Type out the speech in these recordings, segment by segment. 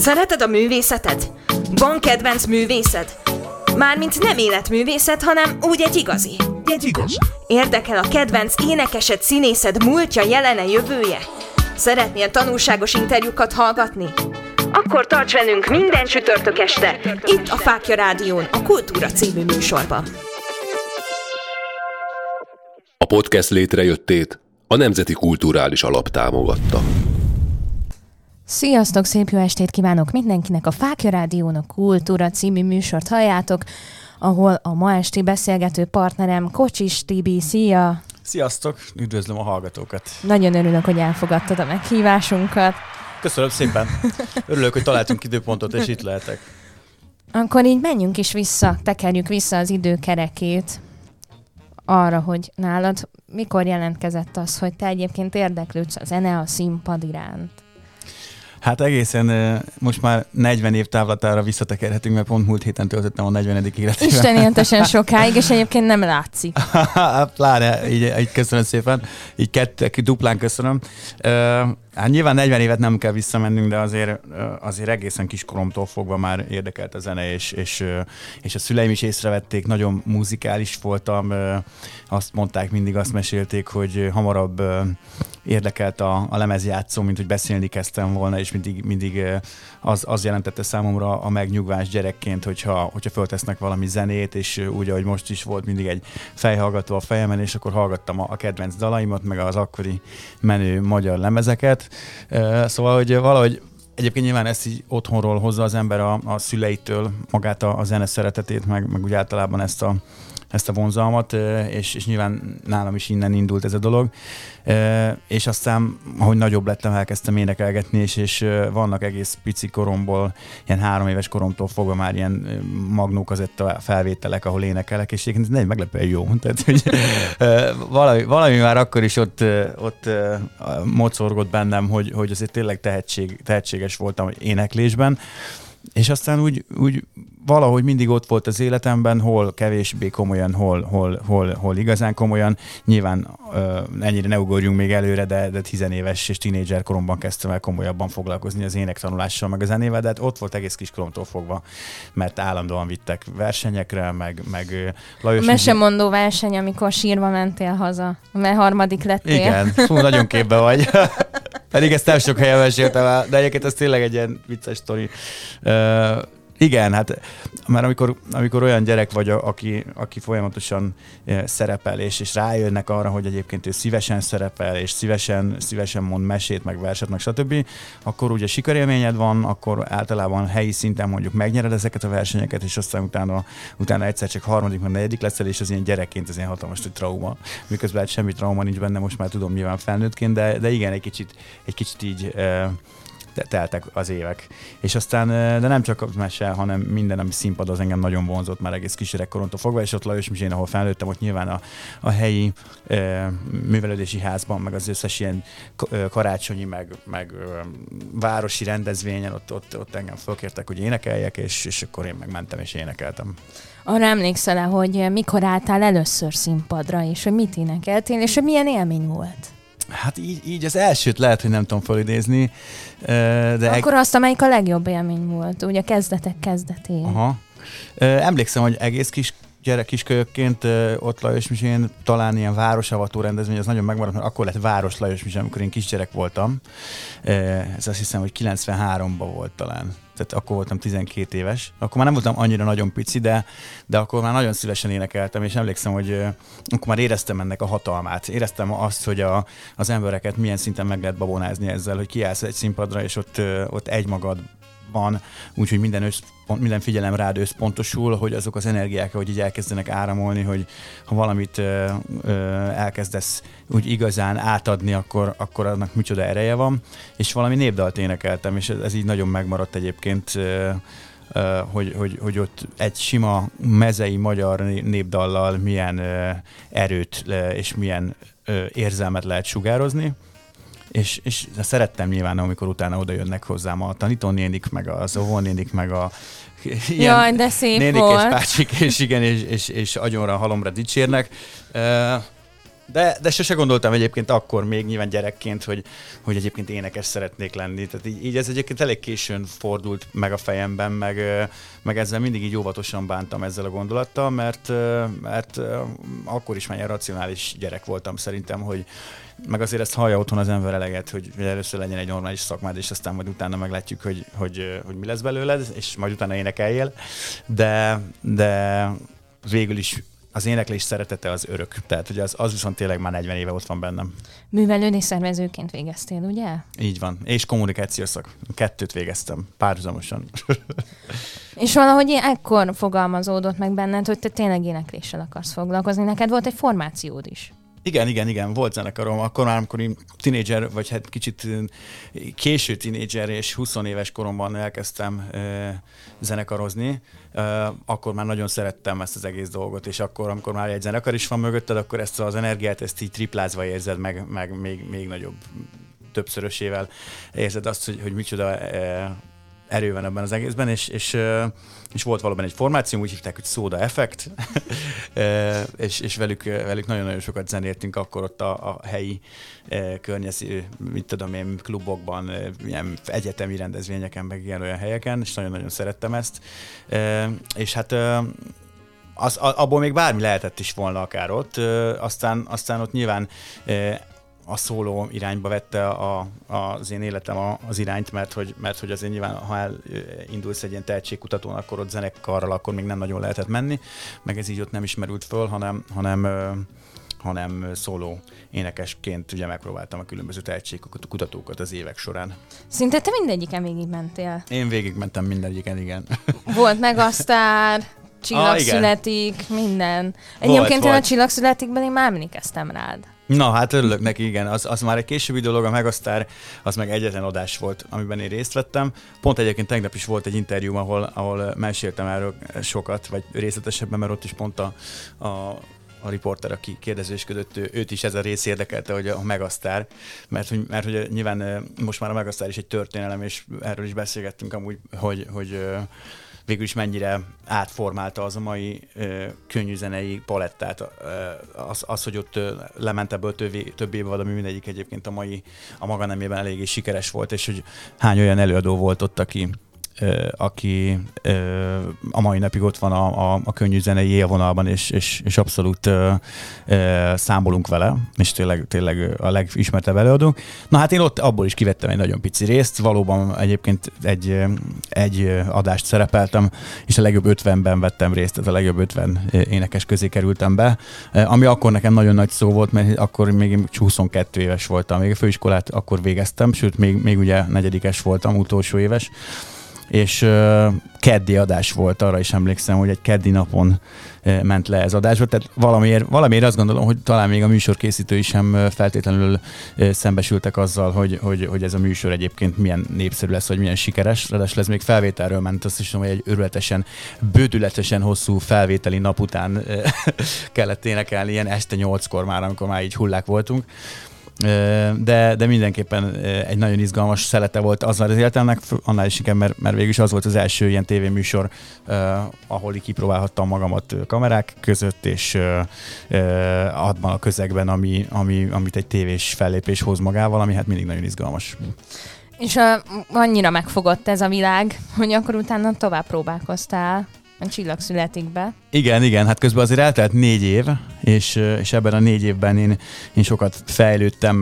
Szereted a művészetet? Van kedvenc művészed? Mármint nem életművészet, hanem úgy egy igazi. Érdekel a kedvenc énekesed, színészed múltja, jelene, jövője? Szeretnél tanulságos interjúkat hallgatni? Akkor tarts velünk minden csütörtök este, itt a Fáklya Rádión, a Kultúra című műsorban. A podcast létrejöttét a Nemzeti Kulturális Alap támogatta. Sziasztok, szép jó estét kívánok mindenkinek! A Fáklya Rádión a Kultúra című műsort halljátok, ahol a ma esti beszélgető partnerem Kocsis Tibi. Szia! Sziasztok! Üdvözlöm a hallgatókat! Nagyon örülök, hogy elfogadtad a meghívásunkat. Köszönöm szépen! Örülök, hogy találtunk időpontot, és itt lehetek. Akkor így menjünk is vissza, tekerjük vissza az időkerekét arra, hogy nálad mikor jelentkezett az, hogy te egyébként érdeklődsz a zene, a színpad iránt. Hát egészen most már 40 év távlatára visszatekerhetünk, mert pont múlt héten töltöttem a 40. életével. Istenéltesen sokáig, és egyébként nem látszik. Pláne, így köszönöm szépen, így duplán köszönöm. Hát nyilván 40 évet nem kell visszamennünk, de azért egészen kiskoromtól fogva már érdekelt a zene, és a szüleim is észrevették, nagyon muzikális voltam, azt mondták, mindig azt mesélték, hogy hamarabb érdekelt a lemezjátszó, mint hogy beszélni kezdtem volna, és mindig az jelentette számomra a megnyugvás gyerekként, hogyha föltesznek valami zenét, és úgy, ahogy most is volt mindig egy fejhallgató a fejemen, és akkor hallgattam a kedvenc dalaimat, meg az akkori menő magyar lemezeket. Szóval, hogy valahogy egyébként nyilván ezt így otthonról hozza az ember a szüleitől magát a zene szeretetét, meg úgy általában ezt a vonzalmat, és nyilván nálam is innen indult ez a dolog. És aztán, ahogy nagyobb lettem, elkezdtem énekelgetni, és vannak egész pici koromból, ilyen 3 éves koromtól fogva már ilyen magnó kazetta felvételek, ahol énekelek, és egyébként ez meglepően jó. Tehát, hogy valami már akkor is ott mocorgott bennem, hogy azért tényleg tehetséges voltam éneklésben, és aztán úgy valahogy mindig ott volt az életemben, hol kevésbé komolyan, hol igazán komolyan. Nyilván ennyire ne ugorjunk még előre, de 10 éves és tínédzser koromban kezdtem el komolyabban foglalkozni az énektanulással, meg a zenével, de hát ott volt egész kiskoromtól fogva, mert állandóan vittek versenyekre, meg Lajos... Mesemondó verseny, amikor sírva mentél haza, mert 3. lettél. Igen, nagyon képbe vagy. Pedig ezt nem sok helyen meséltem el, de egyébként ez tényleg egy ilyen vicces sztori. Igen, hát már amikor olyan gyerek vagy, aki folyamatosan szerepel, és rájönnek arra, hogy egyébként ő szívesen szerepel, és szívesen mond mesét, meg verset, meg stb., akkor ugye sikerélményed van, akkor általában helyi szinten mondjuk megnyered ezeket a versenyeket, és aztán utána egyszer csak 3., meg 4. leszel, és az ilyen gyerekként az ilyen hatalmas trauma. Miközben hát semmi trauma nincs benne, most már tudom nyilván felnőttként, de igen, egy kicsit így... teltek az évek. És aztán, de nem csak a mese, hanem minden, ami színpad, az engem nagyon vonzott már egész kisgyerekkoromtól fogva, és ott Lajos Mizsén, ahol felnőttem, ott nyilván a helyi művelődési házban, meg az összes ilyen karácsonyi, meg városi rendezvényen, ott engem fölkértek, hogy énekeljek, és akkor én megmentem és énekeltem. Arra emlékszel-e, hogy mikor álltál először színpadra, és hogy mit énekeltél, és hogy milyen élmény volt? Hát így az elsőt lehet, hogy nem tudom felidézni. De akkor azt, amelyik a legjobb élmény volt, ugye a kezdetek kezdetén. Aha. Emlékszem, hogy egész kiskölyökként ott Lajos Mizsén talán ilyen városavató rendezvény, az nagyon megmaradt, mert akkor lett város Lajos Mizsén, amikor én kisgyerek voltam. Ez azt hiszem, hogy 93-ban volt talán. Tehát akkor voltam 12 éves. Akkor már nem voltam annyira nagyon pici, de akkor már nagyon szívesen énekeltem, és emlékszem, hogy akkor már éreztem ennek a hatalmát. Éreztem azt, hogy az embereket milyen szinten meg lehet babonázni ezzel, hogy kiállsz egy színpadra, és ott egymagadban, úgyhogy minden figyelem rád összpontosul, hogy azok az energiák, hogy így elkezdenek áramolni, hogy ha valamit elkezdesz úgy igazán átadni, akkor annak micsoda ereje van, és valami népdalt énekeltem, és ez így nagyon megmaradt egyébként, hogy ott egy sima mezei magyar népdallal milyen erőt és milyen érzelmet lehet sugározni. És szerettem nyilván, amikor utána oda jönnek hozzám a tanítónénik, meg az óvónénik, meg a jaj, de szép nénik volt. és bácsik, és igen, és agyonra, halomra dicsérnek. De sose gondoltam egyébként akkor még nyilván gyerekként, hogy egyébként énekes szeretnék lenni. Tehát így ez egyébként elég későn fordult meg a fejemben, meg ezzel mindig így óvatosan bántam ezzel a gondolattal, mert akkor is már ilyen racionális gyerek voltam szerintem, hogy meg azért ezt hallja otthon az ember eleget, hogy először legyen egy normális szakmád, és aztán majd utána meglátjuk, hogy mi lesz belőled, és majd utána énekeljél. De végül is az éneklés szeretete az örök. Tehát, hogy az viszont tényleg már 40 éve ott van bennem. Művelődés szervezőként végeztél, ugye? Így van. És kommunikációs szak. 2 végeztem párhuzamosan. És valahogy ekkor fogalmazódott meg benned, hogy te tényleg énekléssel akarsz foglalkozni. Neked volt egy formációd is. Igen, volt zenekarom. Akkor már, amikor én tínédzser, vagy hát kicsit késő tínédzser és 20 éves koromban elkezdtem zenekarozni, akkor már nagyon szerettem ezt az egész dolgot, és akkor, amikor már egy zenekar is van mögötted, akkor ezt az energiát, ezt így triplázva érzed, meg még nagyobb, többszörösével érzed azt, hogy micsoda erő van ebben az egészben, és volt valóban egy formáció, úgy hívták, hogy Soda Effect, és velük nagyon-nagyon sokat zenéltünk akkor ott a helyi környező, mit tudom én, klubokban, ilyen egyetemi rendezvényeken, meg ilyen olyan helyeken, és nagyon-nagyon szerettem ezt. És hát abból még bármi lehetett is volna akár ott, aztán ott nyilván a szóló irányba vette az én életem az irányt, mert hogy azért nyilván, ha elindulsz egy ilyen tehetségkutatón, akkor ott zenekarral akkor még nem nagyon lehetett menni, meg ez így ott nem ismerült föl, hanem szóló énekesként ugye megpróbáltam a különböző tehetségkutatókat az évek során. Szinte te mindegyiken végigmentél. Én végigmentem mindegyiken, igen. Volt Megasztár, Csillag születik, minden. Egyébként én a Csillag születikben én már emlékeztem rád. Na, hát örülök neki, igen. Az már egy későbbi dolog, a Megasztár, az meg egyetlen adás volt, amiben én részt vettem. Pont egyébként tegnap is volt egy interjúm, ahol meséltem erről sokat, vagy részletesebben, mert ott is pont a riporter, aki kérdezősködött, őt is ez a rész érdekelte, hogy a Megasztár, mert hogy nyilván most már a Megasztár is egy történelem, és erről is beszélgettünk amúgy, hogy végül is mennyire átformálta az a mai könnyű zenei palettát. Az, hogy ott lement ebből több évvel, ami mindegyik egyébként a maga nemében eléggé sikeres volt, és hogy hány olyan előadó volt ott, aki a mai napig ott van a könnyű zenei élvonalban, és abszolút számolunk vele, és tényleg a legismertebb előadónk. Na hát én ott abból is kivettem egy nagyon pici részt, valóban egyébként egy adást szerepeltem, és a legjobb 50-ben vettem részt, tehát a legjobb 50 énekes közé kerültem be, ami akkor nekem nagyon nagy szó volt, mert akkor még 22 éves voltam, még a főiskolát akkor végeztem, sőt még ugye 4-es voltam, utolsó éves, és keddi adás volt, arra is emlékszem, hogy egy keddi napon ment le ez adásba, tehát valamiért azt gondolom, hogy talán még a műsorkészítői sem feltétlenül szembesültek azzal, hogy ez a műsor egyébként milyen népszerű lesz, vagy milyen sikeres, ráadásul ez még felvételről ment, azt is tudom, hogy egy örületesen, bődületesen hosszú felvételi nap után kellett énekelni, ilyen este 8-kor már, amikor már így hullák voltunk. De mindenképpen egy nagyon izgalmas szelete volt azzal az életemnek, annál is inkább, mert végül is az volt az első ilyen tévéműsor, ahol kipróbálhattam magamat kamerák között, és abban a közegben, amit egy tévés fellépés hoz magával, ami hát mindig nagyon izgalmas. És annyira megfogott ez a világ, hogy akkor utána tovább próbálkoztál. A Csillag születik be. Igen, hát közben azért eltelt 4 év, és ebben a 4 évben én sokat fejlődtem,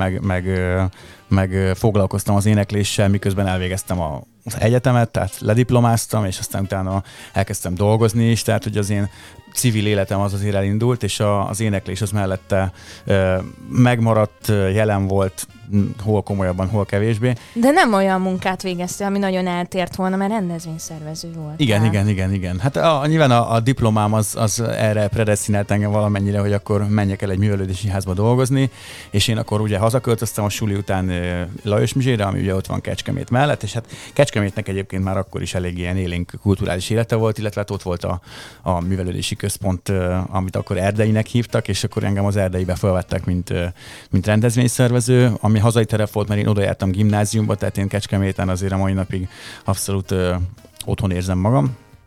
meg foglalkoztam az énekléssel, miközben elvégeztem az egyetemet, tehát lediplomáztam, és aztán utána elkezdtem dolgozni is, tehát hogy az én civil életem az azért elindult, és az éneklés az mellette megmaradt, jelen volt, hol komolyabban, hol kevésbé. De nem olyan munkát végeztél, ami nagyon eltért volna, mert rendezvényszervező volt. Igen. Hát nyilván a diplomám az erre predesztinált engem valamennyire, hogy akkor menjek el egy művelődési házba dolgozni, és én akkor ugye hazaköltöztem a suli után Lajosmizsére, ami ugye ott van Kecskemét mellett, és hát Kecskemétnek egyébként már akkor is elég ilyen élénk kulturális élete volt, illetve hát ott volt a művelődési központ, amit akkor Erdeinek hívtak, és akkor engem az Erdeibe felvettek, mint rendezvényszervező, ami hazai terep volt, mert én oda jártam gimnáziumba, tehát én Kecskeméten azért a mai napig abszolút otthon érzem magam.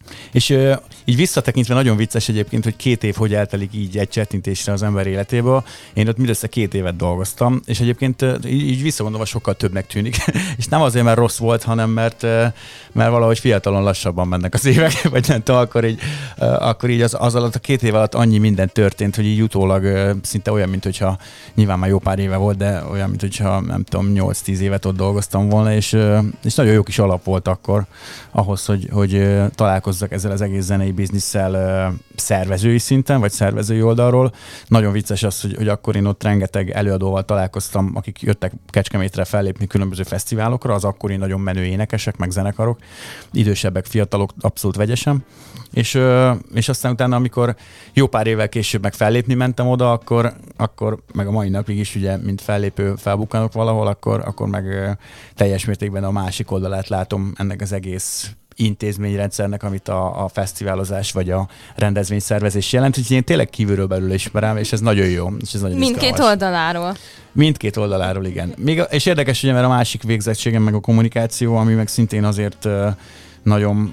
És így visszatekintve nagyon vicces egyébként, hogy 2 év hogy eltelik így egy csettintésre az ember életéből. Én ott mindössze 2 évet dolgoztam, és egyébként így visszagondolva sokkal többnek tűnik. És nem azért, mert rossz volt, hanem mert valahogy fiatalon lassabban mennek az évek, vagy nem tudom, akkor így az alatt a 2 év alatt annyi minden történt, hogy így utólag szinte olyan, mint hogyha nyilván már jó pár éve volt, de olyan, mint hogyha nem tudom, 8-10 évet ott dolgoztam volna, és nagyon jó kis alap volt akkor ahhoz, hogy találkozzak ezzel az egész zenei bizniszsel szervezői szinten, vagy szervezői oldalról. Nagyon vicces az, hogy akkor én ott rengeteg előadóval találkoztam, akik jöttek Kecskemétre fellépni különböző fesztiválokra, az akkori nagyon menő énekesek, meg zenekarok, idősebbek, fiatalok, abszolút vegyesen. És aztán utána, amikor jó pár évvel később meg fellépni mentem oda, akkor meg a mai napig is ugye, mint fellépő felbukkanok valahol, akkor meg teljes mértékben a másik oldalát látom ennek az egész intézményrendszernek, amit a fesztiválozás vagy a rendezvényszervezés jelent, úgyhogy én tényleg kívülről belül ismerem, és ez nagyon jó. És ez nagyon mindkét oldaláról. Mindkét oldaláról, igen. És érdekes, ugye, mert a másik végzettségem meg a kommunikáció, ami meg szintén azért nagyon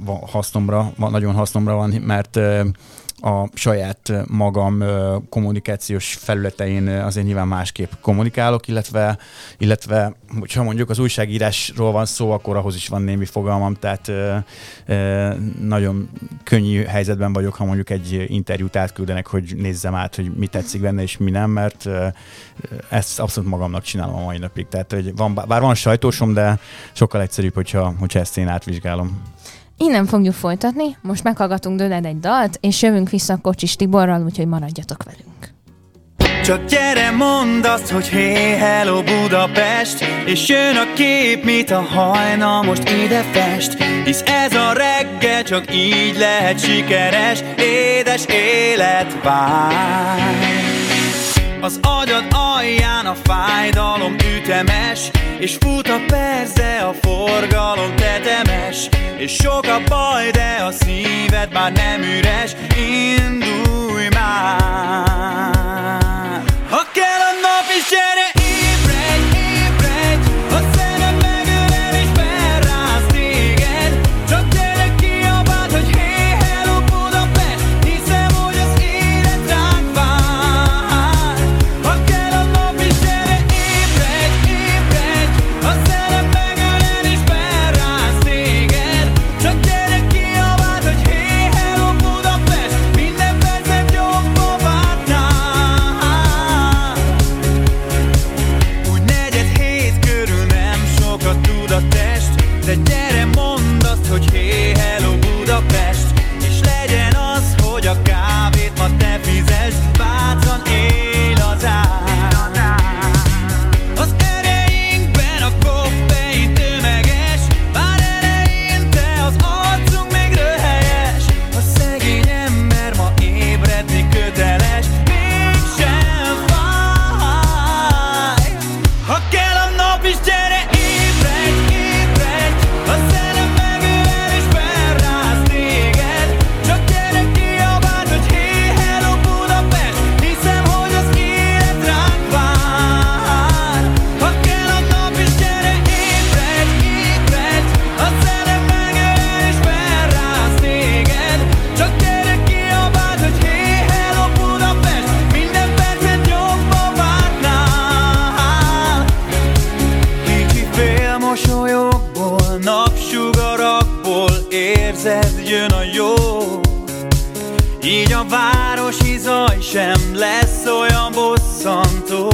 hasznomra van, mert a saját magam kommunikációs felületein azért nyilván másképp kommunikálok, illetve hogyha mondjuk az újságírásról van szó, akkor ahhoz is van némi fogalmam, tehát nagyon könnyű helyzetben vagyok, ha mondjuk egy interjút átküldenek, hogy nézzem át, hogy mi tetszik benne és mi nem, mert ezt abszolút magamnak csinálom a mai napig. Tehát, hogy bár van sajtósom, de sokkal egyszerűbb, hogyha ezt én átvizsgálom. Innen fogjuk folytatni, most meghallgatunk tőled egy dalt, és jövünk vissza Kocsis Tiborral, úgyhogy maradjatok velünk. Csak gyere, mondd azt, hogy hey, hello Budapest, és jön a kép, mit a hajnal most ide fest. Hisz ez a reggel csak így lehet sikeres, édes élet vár. Az agyad alján a fájdalom ütemes, és fut a perc, de a forgalom tetemes. És sok a baj, de a szíved már nem üres, indulj már. Ha kell a nap is, gyere, ébredj, ébredj, a szemed megölel és felráz téged. Csak gyere, kiabáld, hogy hey, hello Budapest, hiszem, hogy az élet ránk vár. Ha kell a nap is, gyere, ébredj, ébredj, a szemed megölel és felráz téged. Csak gyere, kiabáld, hogy hey, hello Budapest, minden percet jobban vártál. Úgy 4:07 körül nem sokat tud a test, de gyere, mondd azt, hogy hey, hello Budapest, és legyen az, hogy a kávét ma te fizesd, bátran él az ár. Az erejünkben a koffein tömeges, bár eleinte az arcunk még röhelyes. A szegény ember ma ébredni köteles, mégsem fáj. Ha kell a nap is, gyere, ébredj, ébredj, a szelem megölel és felráz téged. Csak gyere, kiabáld, hogy hey, hello Budapest, hiszem, hogy az élet ránk vár. Ha kell a nap is, gyere, ébredj, ébredj, a szelem megölel és felráz téged. Csak gyere, kiabáld, hogy hey, hello Budapest, minden percet jobban vártnál. Kicsi félmosolyokból, napsugarakból érzed, jön a jó. Így a városi zaj sem lesz olyan bosszantó.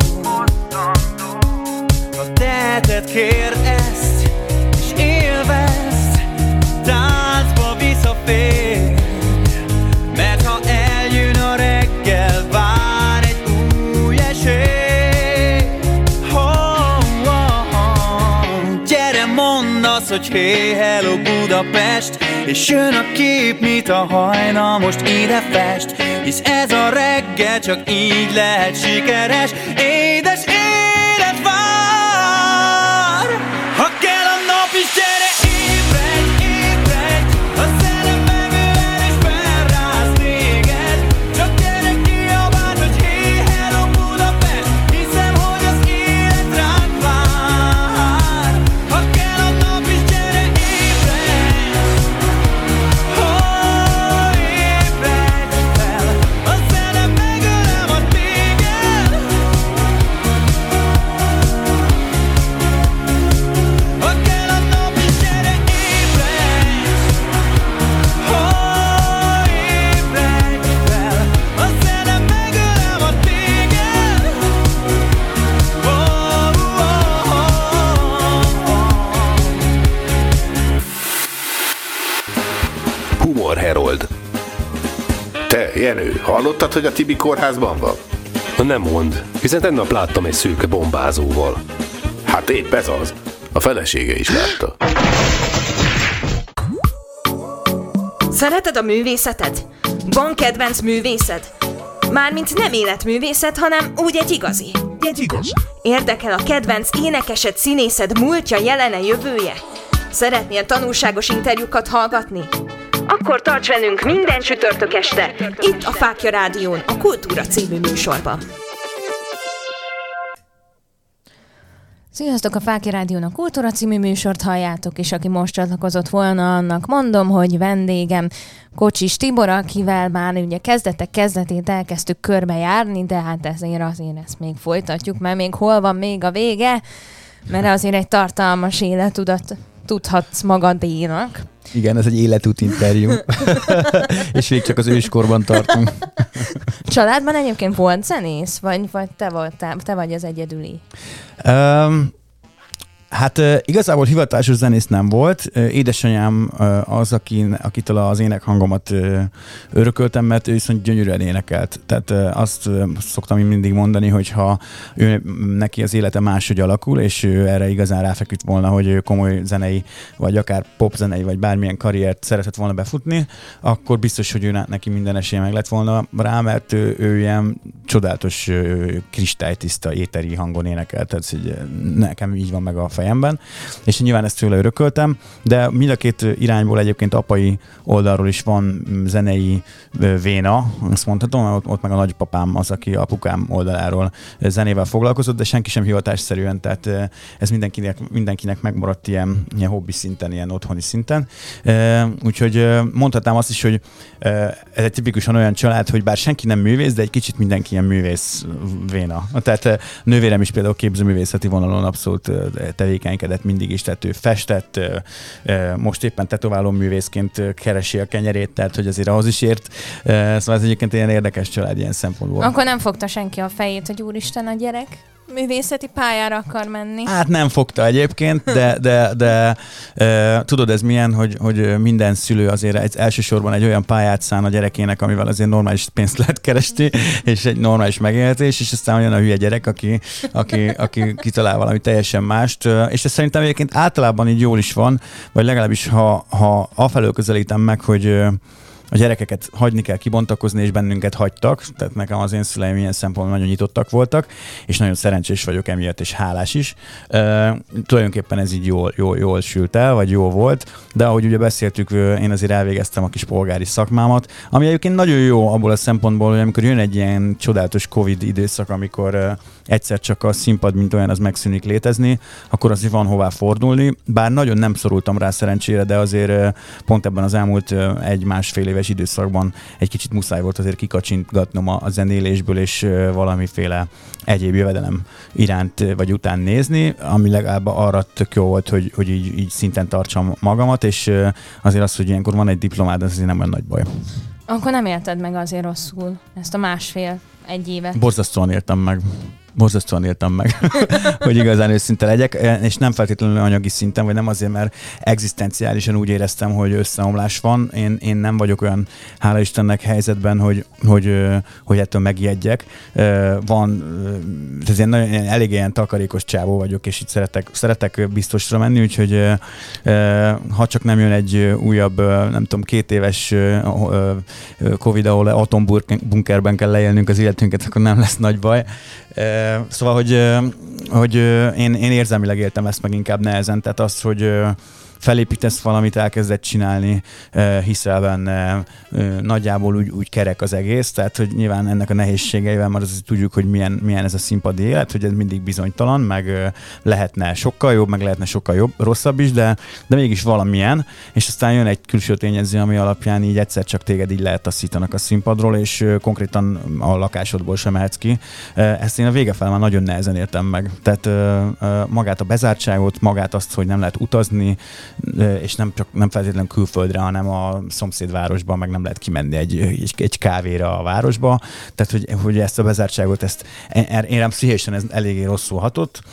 Ha teheted, kérd ezt, és élvezd, táncba visszaférj. Mert ha eljön a reggel, vár egy új esély. Gyere, mondd azt, hogy hey, hello Budapest, és jön a kép, mit a hajnal most ide fest. Hisz ez a reggel csak így lehet sikeres, édes élet vár. Ha kell a nap is, gyere, ébredj, ébredj, a szelem megölel és felráz téged. Csak gyere, kiabáld, hogy hey, hello Budapest, hiszem, hogy az élet ránk vár. Ha kell a nap is, gyere, ébredj. Jenő, hallottad, hogy a Tibi kórházban van? Nem mondd, hiszen tegnap láttam egy szőke bombázóval. Hát épp ez az. A felesége is látta. Szereted a művészetet? Van kedvenc művészed? Mármint nem életművészet, hanem úgy egy igazi. Érdekel a kedvenc énekesed, színészed múltja, jelene, jövője? Szeretnél tanulságos interjúkat hallgatni? Akkor tarts velünk minden csütörtök este, itt a Fáklya Rádión, a Kultúra című műsorban. Sziasztok, a Fáklya Rádión a Kultúra című műsort halljátok, és aki most csatlakozott volna, annak mondom, hogy vendégem Kocsis Tibor, akivel már ugye kezdetét elkezdtük körbejárni, de hát azért ezt még folytatjuk, mert még hol van még a vége, mert azért egy tartalmas életutat tudhatsz magadénak. Igen, ez egy életút interjú. És még csak az őskorban tartunk. Családban egyébként volt zenész, vagy te vagy az egyedüli? Hát igazából hivatásos zenész nem volt. Édesanyám az, akitől az énekhangomat örököltem, mert ő viszont gyönyörűen énekelt. Tehát azt szoktam mindig mondani, hogy ha neki az élete máshogy alakul, és ő erre igazán ráfeküdt volna, hogy ő komoly zenei, vagy akár popzenei, vagy bármilyen karriert szeretett volna befutni, akkor biztos, hogy neki minden esélye meg lett volna rá, mert ő ilyen csodálatos kristálytiszta éteri hangon énekelt. Tehát nekem így van meg a fejemben, és nyilván ezt tőle örököltem, de mind a két irányból egyébként apai oldalról is van zenei véna, azt mondhatom, ott meg a nagypapám az, aki apukám oldaláról zenével foglalkozott, de senki sem hivatásszerűen, tehát ez mindenkinek megmaradt ilyen hobbi szinten, ilyen otthoni szinten. Úgyhogy mondhatnám azt is, hogy ez egy tipikusan olyan család, hogy bár senki nem művész, de egy kicsit mindenki ilyen művész véna. Tehát nővérem is például képzőművészeti vonalon abszolút tevékenykedett mindig is, tehát ő festett, most éppen tetováló művészként keresi a kenyerét, tehát hogy azért ahhoz is ért. Szóval ez egyébként ilyen érdekes család ilyen szempontból. Akkor nem fogta senki a fejét, hogy úristen, a gyerek művészeti pályára akar menni. Hát nem fogta egyébként, de tudod ez milyen, hogy minden szülő azért elsősorban egy olyan pályát szán a gyerekének, amivel azért normális pénzt lehet keresni, és egy normális megélhetés, és aztán olyan a hülye gyerek, aki kitalál valami teljesen mást, és ez szerintem egyébként általában így jól is van, vagy legalábbis ha afelől közelítem meg, hogy a gyerekeket hagyni kell kibontakozni, és bennünket hagytak, tehát nekem az én szüleim ilyen szempontból nagyon nyitottak voltak, és nagyon szerencsés vagyok emiatt, és hálás is. Tulajdonképpen ez így jól sült el, vagy jó volt, de ahogy ugye beszéltük, én azért elvégeztem a kis polgári szakmámat, ami egyébként nagyon jó abból a szempontból, hogy amikor jön egy ilyen csodálatos Covid időszak, amikor egyszer csak a színpad, mint olyan, az megszűnik létezni, akkor azért van hová fordulni, bár nagyon nem szorultam rá szerencsére, de azért pont ebben az elmúlt egy-másfél éves időszakban egy kicsit muszáj volt azért kikacsintgatnom a zenélésből, és valamiféle egyéb jövedelem iránt vagy után nézni, ami legalább arra tök jó volt, hogy így szinten tartsam magamat, és azért az, hogy ilyenkor van egy diplomád, az azért nem olyan nagy baj. Akkor nem élted meg azért rosszul ezt a egy évet. Borzasztóan éltem meg, hogy igazán őszinte legyek, és nem feltétlenül anyagi szinten, vagy nem azért, mert egzisztenciálisan úgy éreztem, hogy összeomlás van. Én nem vagyok olyan, hála Istennek, helyzetben, hogy ettől megijedjek. Ez elég ilyen takarékos csávó vagyok, és így szeretek biztosra menni, úgyhogy ha csak nem jön egy újabb, nem tudom, 2 éves Covid, ahol atombunkerben kell leélnünk az életünket, akkor nem lesz nagy baj. Szóval, hogy én érzelmileg éltem ezt meg inkább nehezen, tehát azt, hogy felépítesz valamit, elkezded csinálni, hiszel benne, nagyjából úgy kerek az egész, tehát hogy nyilván ennek a nehézségeivel már azért tudjuk, hogy milyen ez a színpadi élet, hogy ez mindig bizonytalan, meg lehetne sokkal jobb, meg lehetne sokkal rosszabb is, de mégis valamilyen, és aztán jön egy külső tényező, ami alapján így egyszer csak téged így letaszítanak a színpadról, és konkrétan a lakásodból sem mehetsz ki. Ezt én a vége fel már nagyon nehezen értem meg. Tehát magát a bezártságot, magát azt, hogy nem lehet utazni, és nem feltétlenül külföldre, hanem a szomszédvárosban, meg nem lehet kimenni egy kávéra a városba. Tehát, hogy ezt a bezártságot, én rám pszichésen ez eléggé rosszul hatott.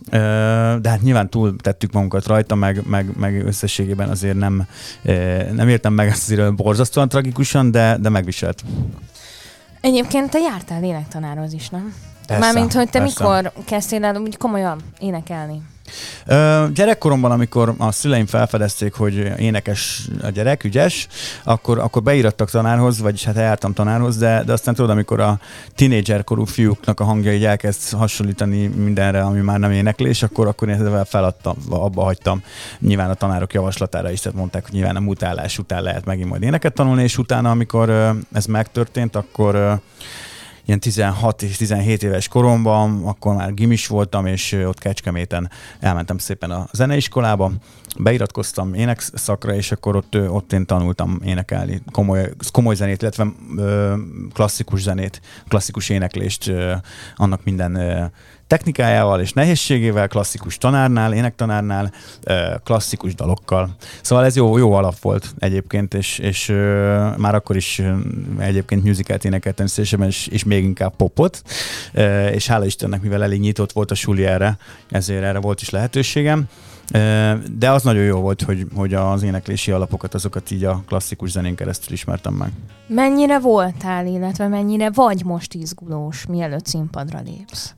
De hát nyilván túl tettük magunkat rajta, meg összességében azért nem értem meg ezt azért borzasztóan tragikusan, de megviselt. Egyébként te jártál lélektanárhoz is, nem? Persze, mármint, hogy te persze. mikor kezdtél el úgy komolyan énekelni? Gyerekkoromban, amikor a szüleim felfedezték, hogy énekes a gyerek, ügyes, akkor beírattak tanárhoz, vagyis hát eljártam tanárhoz, de aztán tudod, amikor a tínédzserkorú fiúknak a hangja így elkezd hasonlítani mindenre, ami már nem éneklés, akkor én ezzel feladtam, abba hagytam. Nyilván a tanárok javaslatára is, tehát mondták, hogy nyilván a mutálás után lehet megint majd éneket tanulni, és utána, amikor ez megtörtént, akkor ilyen 16 és 17 éves koromban, akkor már gimis voltam, és ott Kecskeméten elmentem szépen a zeneiskolába, beiratkoztam énekszakra, és akkor ott én tanultam énekelni komoly zenét, illetve klasszikus zenét, klasszikus éneklést, annak minden technikájával és nehézségével, klasszikus tanárnál, énektanárnál, klasszikus dalokkal. Szóval ez jó alap volt egyébként, és már akkor is egyébként musicalt énekeltem szélesebben, és még inkább popot, és hála Istennek, mivel elég nyitott volt a suli ezért erre volt is lehetőségem. De az nagyon jó volt, hogy az éneklési alapokat, azokat így a klasszikus zenén keresztül ismertem meg. Mennyire voltál, illetve mennyire vagy most izgulós, mielőtt színpadra lépsz?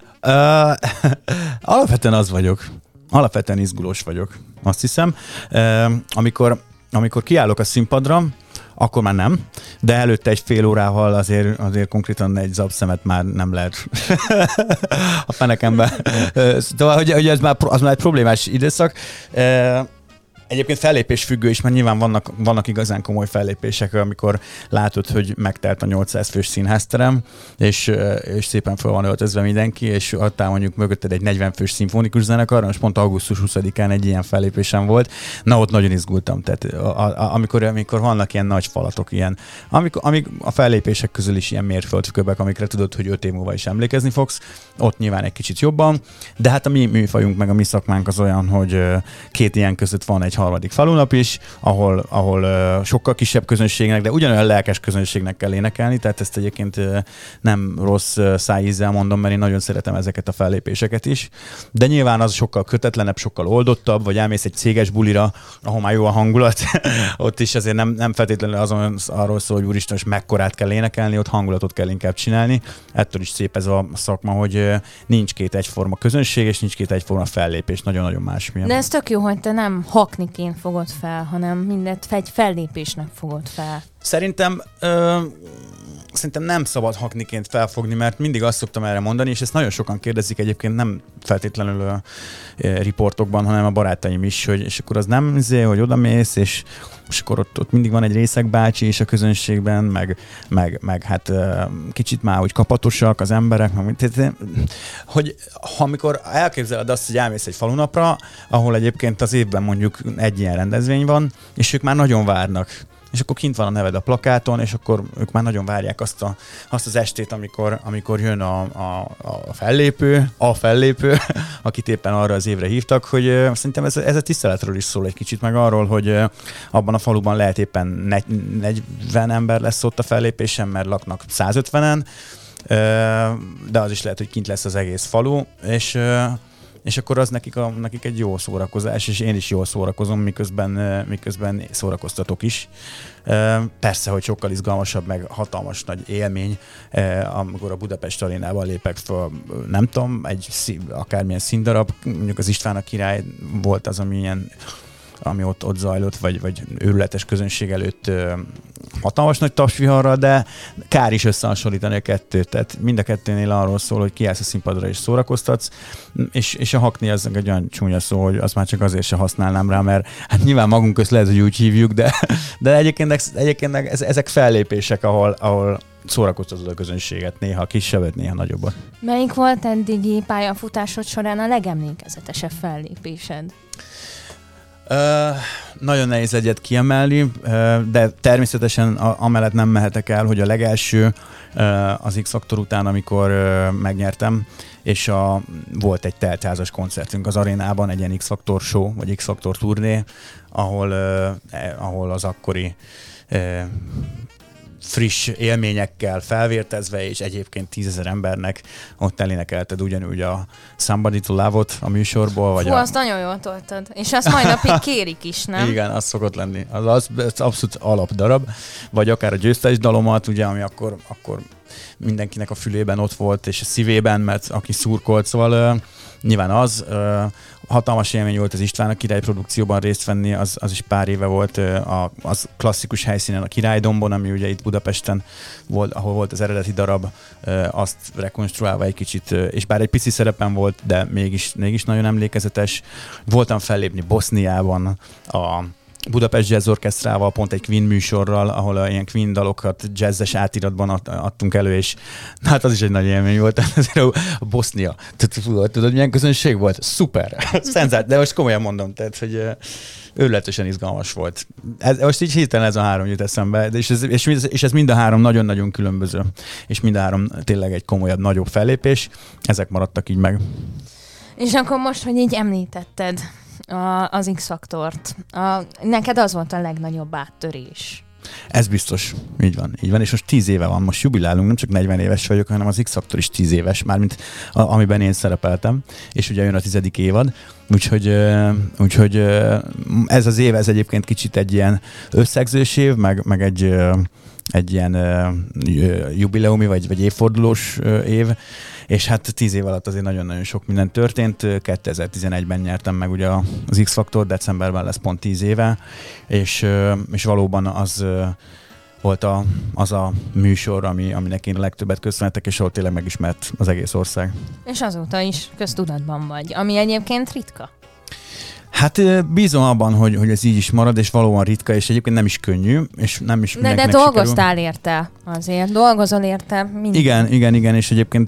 Alapvetően az vagyok. Alapvetően izgulós vagyok, azt hiszem. Amikor kiállok a színpadra, akkor már nem, de előtte egy fél órával azért konkrétan egy zabszemet már nem lehet a fenekembe. Szóval, hogy az már egy problémás időszak. Egyébként fellépés függő is, mert nyilván vannak igazán komoly fellépések, amikor látod, hogy megtelt a 800 fős színházterem, és szépen fel van öltözve mindenki, és adtál mondjuk mögötted egy 40 fős szimfonikus zenekar, most pont augusztus 20-án egy ilyen fellépésem volt. Na, ott nagyon izgultam. Tehát amikor vannak ilyen nagy falatok, amik a fellépések közül is ilyen mérföldkövek, amikre tudod, hogy 5 év múlva is emlékezni fogsz, ott nyilván egy kicsit jobban, de hát a mi műfajunk meg a mi szakmánk az olyan, hogy két ilyen között van egy harmadik falunap is, ahol sokkal kisebb közönségnek, de ugyanolyan lelkes közönségnek kell énekelni, tehát ezt egyébként nem rossz szájízzel mondom, mert én nagyon szeretem ezeket a fellépéseket is, de nyilván az sokkal kötetlenebb, sokkal oldottabb, vagy elmész egy céges bulira, ahol már jó a hangulat, ott is azért nem feltétlenül arról szól, hogy úristen, most mekkorát kell énekelni, ott hangulatot kell inkább csinálni. Ettől is szép ez a szakma, hogy nincs két egyforma közönség, és nincs két egyforma fellépés, nagyon-nagyon másmilyen. De ez tök jó, hogy te nem hakniként fogod fel, hanem mindet egy fellépésnek fogod fel. Szerintem nem szabad hakniként felfogni, mert mindig azt szoktam erre mondani, és ezt nagyon sokan kérdezik egyébként, nem feltétlenül riportokban, hanem a barátaim is, hogy és akkor az nem hogy odamész, és akkor ott mindig van egy részeg bácsi is a közönségben, meg hát kicsit már úgy kapatosak az emberek, hogy amikor elképzeled azt, hogy elmész egy falunapra, ahol egyébként az évben mondjuk egy ilyen rendezvény van, és ők már nagyon várnak. És akkor kint van a neved a plakáton, és akkor ők már nagyon várják azt az estét, amikor jön a fellépő, akit éppen arra az évre hívtak, hogy szerintem ez a tiszteletről is szól egy kicsit, meg arról, hogy abban a faluban lehet éppen 40 ember lesz ott a fellépésen, mert laknak 150-en, de az is lehet, hogy kint lesz az egész falu, és akkor az nekik egy jó szórakozás, és én is jól szórakozom, miközben szórakoztatok is. Persze, hogy sokkal izgalmasabb, meg hatalmas nagy élmény, amikor a Budapest Arénában lépek föl, nem tudom, akármilyen színdarab, mondjuk az István a király volt az, ami ott zajlott, vagy őrületes közönség előtt hatalmas nagy tapsviharral, de kár is összehasonlítani a kettőt. Tehát mind a kettőnél arról szól, hogy kiállsz a színpadra és szórakoztatsz, és a hakni az egy olyan csúnya szó, hogy azt már csak azért se használnám rá, mert hát nyilván magunk közt lehet, hogy úgy hívjuk, de egyébként ezek fellépések, ahol szórakoztatod a közönséget, néha kisebbet, néha nagyobbat. Melyik volt eddigi pályafutásod során a legemlékezetesebb fellépésed? Nagyon nehéz egyet kiemelni, de természetesen amellett nem mehetek el, hogy a legelső az X-Faktor után, amikor megnyertem, és volt egy teltházas koncertünk az arénában, egy ilyen X-Faktor show, vagy X-Faktor turné, ahol az akkori friss élményekkel felvértezve, és egyébként 10 000 embernek ott elénekelted ugyanúgy a Somebody to Love-ot a műsorból. Vagy azt nagyon jól toltad. És azt majd napig kérik is, nem? Igen, az szokott lenni. Az abszolút alapdarab. Vagy akár a győztes dalomat, ugye, ami akkor mindenkinek a fülében ott volt, és a szívében, mert aki szurkolt, szóval nyilván az hatalmas élmény volt az István a Király produkcióban részt venni, az is pár éve volt az klasszikus helyszínen, a Királydombon, ami ugye itt Budapesten volt, ahol volt az eredeti darab, azt rekonstruálva egy kicsit, és bár egy pici szerepen volt, de mégis nagyon emlékezetes. Voltam fellépni Boszniában a Budapest Jazz Orchestrával, pont egy Queen műsorral, ahol ilyen Queen dalokat jazzes átiratban adtunk elő, és hát az is egy nagy élmény volt. A Bosznia. Tudod, milyen közönség volt? Szuper! Szenzát, de most komolyan mondom, tehát, hogy őrületesen izgalmas volt. Most így hirtelen ez a 3 jut eszembe, és ez mind a 3 nagyon-nagyon különböző, és mind a 3 tényleg egy komolyabb, nagyobb fellépés. Ezek maradtak így meg. És akkor most, hogy így említetted az X-faktort. Neked az volt a legnagyobb áttörés. Ez biztos. Így van. És most 10 éve van. Most jubilálunk, nem csak 40 éves vagyok, hanem az X-faktor is 10 éves, mármint amiben én szerepeltem. És ugye jön a 10. évad. Úgyhogy ez az év, ez egyébként kicsit egy ilyen összegzős év, meg egy ilyen jubileumi vagy évfordulós év. És hát 10 év alatt azért nagyon-nagyon sok minden történt. 2011-ben nyertem meg ugye az X-faktort, decemberben lesz pont 10 éve, és valóban az volt az a műsor, aminek én a legtöbbet köszönhetek, és ahol tényleg megismert az egész ország. És azóta is köztudatban vagy, ami egyébként ritka. Hát bízom abban, hogy ez így is marad, és valóban ritka, és egyébként nem is könnyű, és nem is mindenkinek de dolgoztál érte azért, dolgozol érte mindig. Igen, és egyébként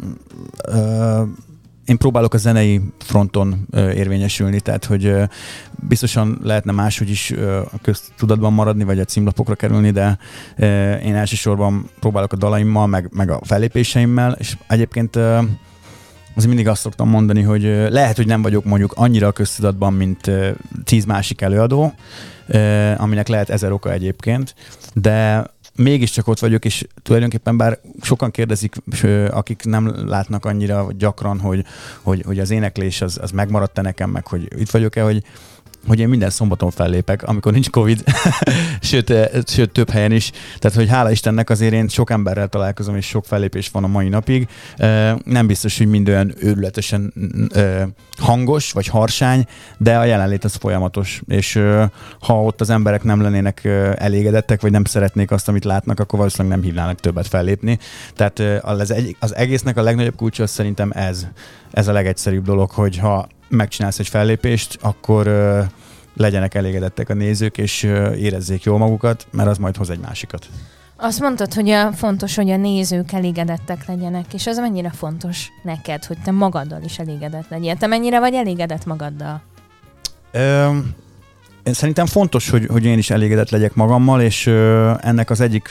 én próbálok a zenei fronton érvényesülni, tehát hogy biztosan lehetne máshogy is a köztudatban maradni, vagy a címlapokra kerülni, de én elsősorban próbálok a dalaimmal, meg a fellépéseimmel, és egyébként azért mindig azt szoktam mondani, hogy lehet, hogy nem vagyok mondjuk annyira a köztudatban, mint 10 másik előadó, aminek lehet 1000 oka egyébként, de mégiscsak ott vagyok, és tulajdonképpen bár sokan kérdezik, akik nem látnak annyira gyakran, hogy az éneklés az megmaradt-e nekem, meg hogy itt vagyok-e, hogy én minden szombaton fellépek, amikor nincs Covid, sőt több helyen is. Tehát, hogy hála Istennek azért én sok emberrel találkozom, és sok fellépés van a mai napig. Nem biztos, hogy mind olyan őrületesen hangos, vagy harsány, de a jelenlét az folyamatos. És ha ott az emberek nem lennének elégedettek, vagy nem szeretnék azt, amit látnak, akkor valószínűleg nem hívnának többet fellépni. Tehát az egésznek a legnagyobb kulcsa az szerintem ez a legegyszerűbb dolog, hogy ha megcsinálsz egy fellépést, akkor legyenek elégedettek a nézők, és érezzék jól magukat, mert az majd hoz egy másikat. Azt mondtad, hogy fontos, hogy a nézők elégedettek legyenek, és az mennyire fontos neked, hogy te magaddal is elégedett legyél? Te mennyire vagy elégedett magaddal? Szerintem fontos, hogy én is elégedett legyek magammal, és ennek az egyik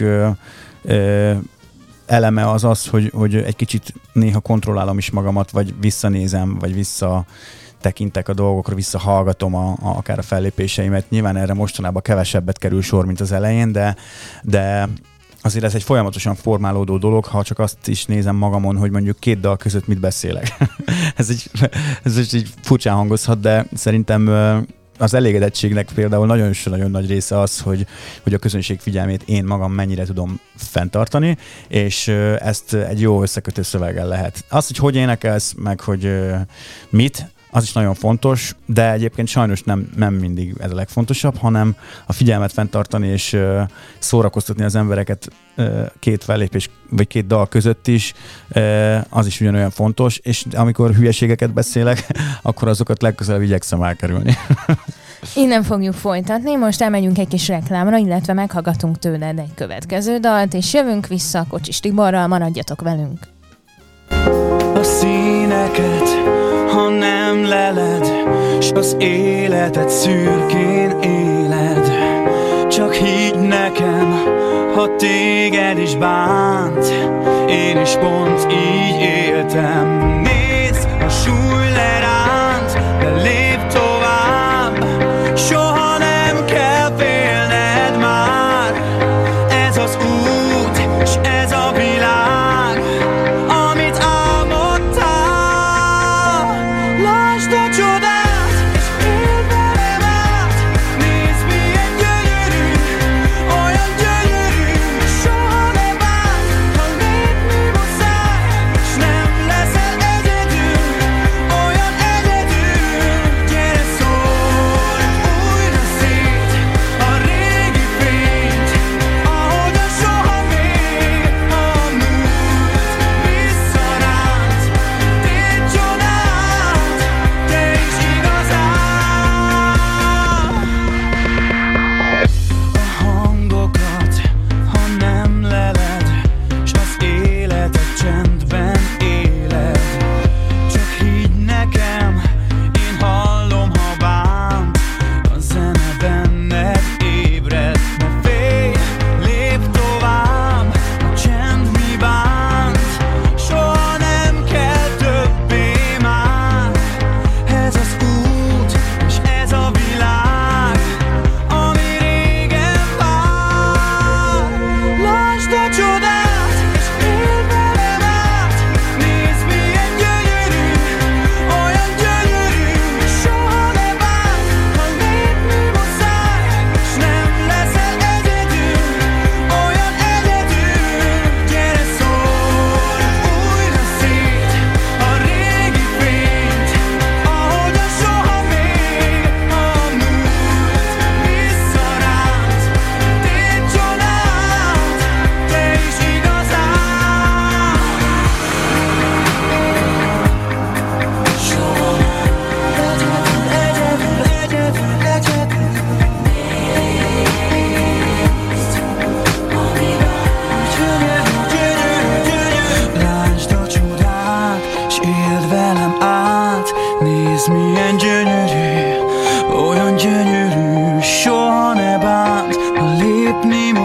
eleme az, hogy egy kicsit néha kontrollálom is magamat, vagy visszanézem, vagy tekintek a dolgokra, visszahallgatom akár a fellépéseimet. Nyilván erre mostanában kevesebbet kerül sor, mint az elején, de azért ez egy folyamatosan formálódó dolog, ha csak azt is nézem magamon, hogy mondjuk 2 dal között mit beszélek. ez így furcsán hangozhat, de szerintem az elégedettségnek például nagyon nagy része az, hogy a közönség figyelmét én magam mennyire tudom fenntartani, és ezt egy jó összekötő szöveggel lehet. Az, hogy énekelsz, meg hogy mit, az is nagyon fontos, de egyébként sajnos nem mindig ez a legfontosabb, hanem a figyelmet fenntartani és szórakoztatni az embereket 2 fellépés vagy 2 dal között is, az is ugyanolyan fontos, és amikor hülyeségeket beszélek, akkor azokat legközelebb igyekszem elkerülni. Innen fogjuk folytatni, most elmegyünk egy kis reklámra, illetve meghallgatunk tőled egy következő dalt, és jövünk vissza Kocsis Tiborral, maradjatok velünk! A színeket, ha nem leled, s az életet szürkén éled, csak higgy nekem, ha téged is bánt, én is pont így éltem. Nézd, a súly leránt, de lépj tovább, soha nem kell félned már, ez az út.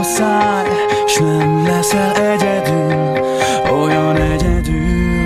muszáj, s nem leszel egyedül, olyan egyedül.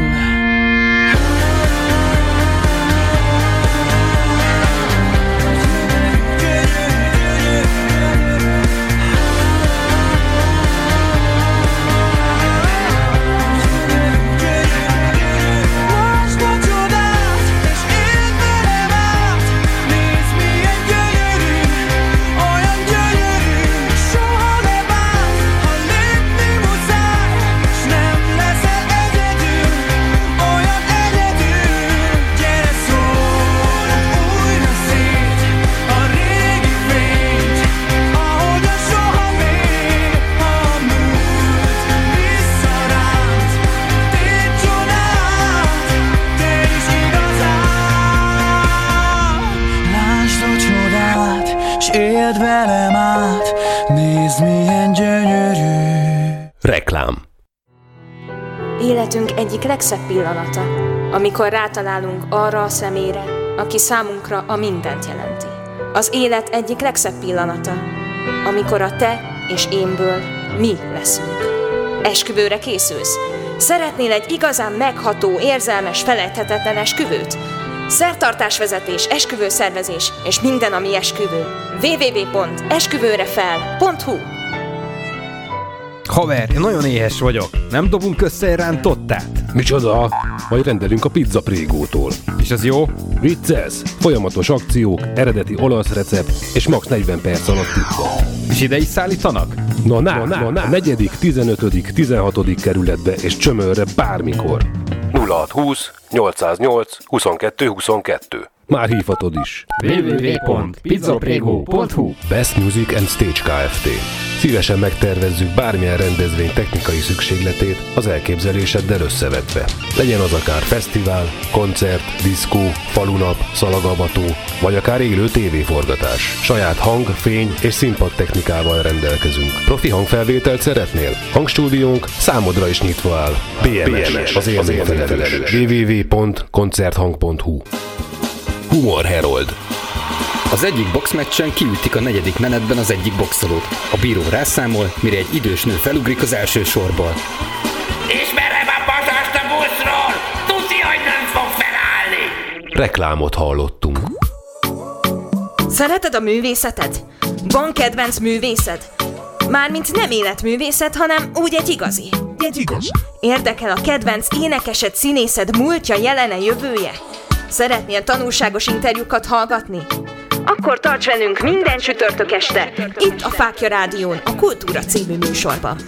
Éld velem át, nézd milyen gyönyörű. Reklám. Életünk egyik legszebb pillanata, amikor rátalálunk arra a személyre, aki számunkra a mindent jelenti. Az élet egyik legszebb pillanata, amikor a te és énből mi leszünk. Esküvőre készülsz? Szeretnél egy igazán megható, érzelmes, felejthetetlen esküvőt? Szertartásvezetés, esküvőszervezés és minden, ami esküvő. www.esküvőrefel.hu. Haver, én nagyon éhes vagyok. Nem dobunk össze egy rántottát? Micsoda? Majd rendelünk a Pizza Prégótól. És az jó? Vicces! Folyamatos akciók, eredeti olasz recept és max 40 perc alatt itt van. És ide is szállítanak? Na, 4., 15., 16. kerületbe és Csömörre bármikor. 0620 808 22 22. Már hívhatod is. www.pizzaprego.hu. Best Music and Stage Kft. Szívesen megtervezzük bármilyen rendezvény technikai szükségletét az elképzeléseddel összevetve. Legyen az akár fesztivál, koncert, diszkó, falunap, szalagavató, vagy akár élő tévéforgatás. Saját hang, fény és színpad technikával rendelkezünk. Profi hangfelvételt szeretnél? Hangstúdiónk számodra is nyitva áll. BMS, az élményfelelős. www.koncerthang.hu. Humor Herold. Az egyik boxmeccsen kiütik a 4. menetben az egyik boxolót. A bíró rászámol, mire egy idős nő felugrik az első sorból. Ismerem a pasast a buszról! Tuti, hogy nem fog felállni! Reklámot hallottunk. Szereted a művészetet? Van kedvenc művészed? Mármint nem életművészet, hanem úgy egy igazi. Érdekel a kedvenc énekesed, színészed múltja, jelene, jövője? Szeretnél tanulságos interjúkat hallgatni? Akkor tarts velünk minden csütörtök este, itt a Fáklya Rádión, a Kultúra című műsorban.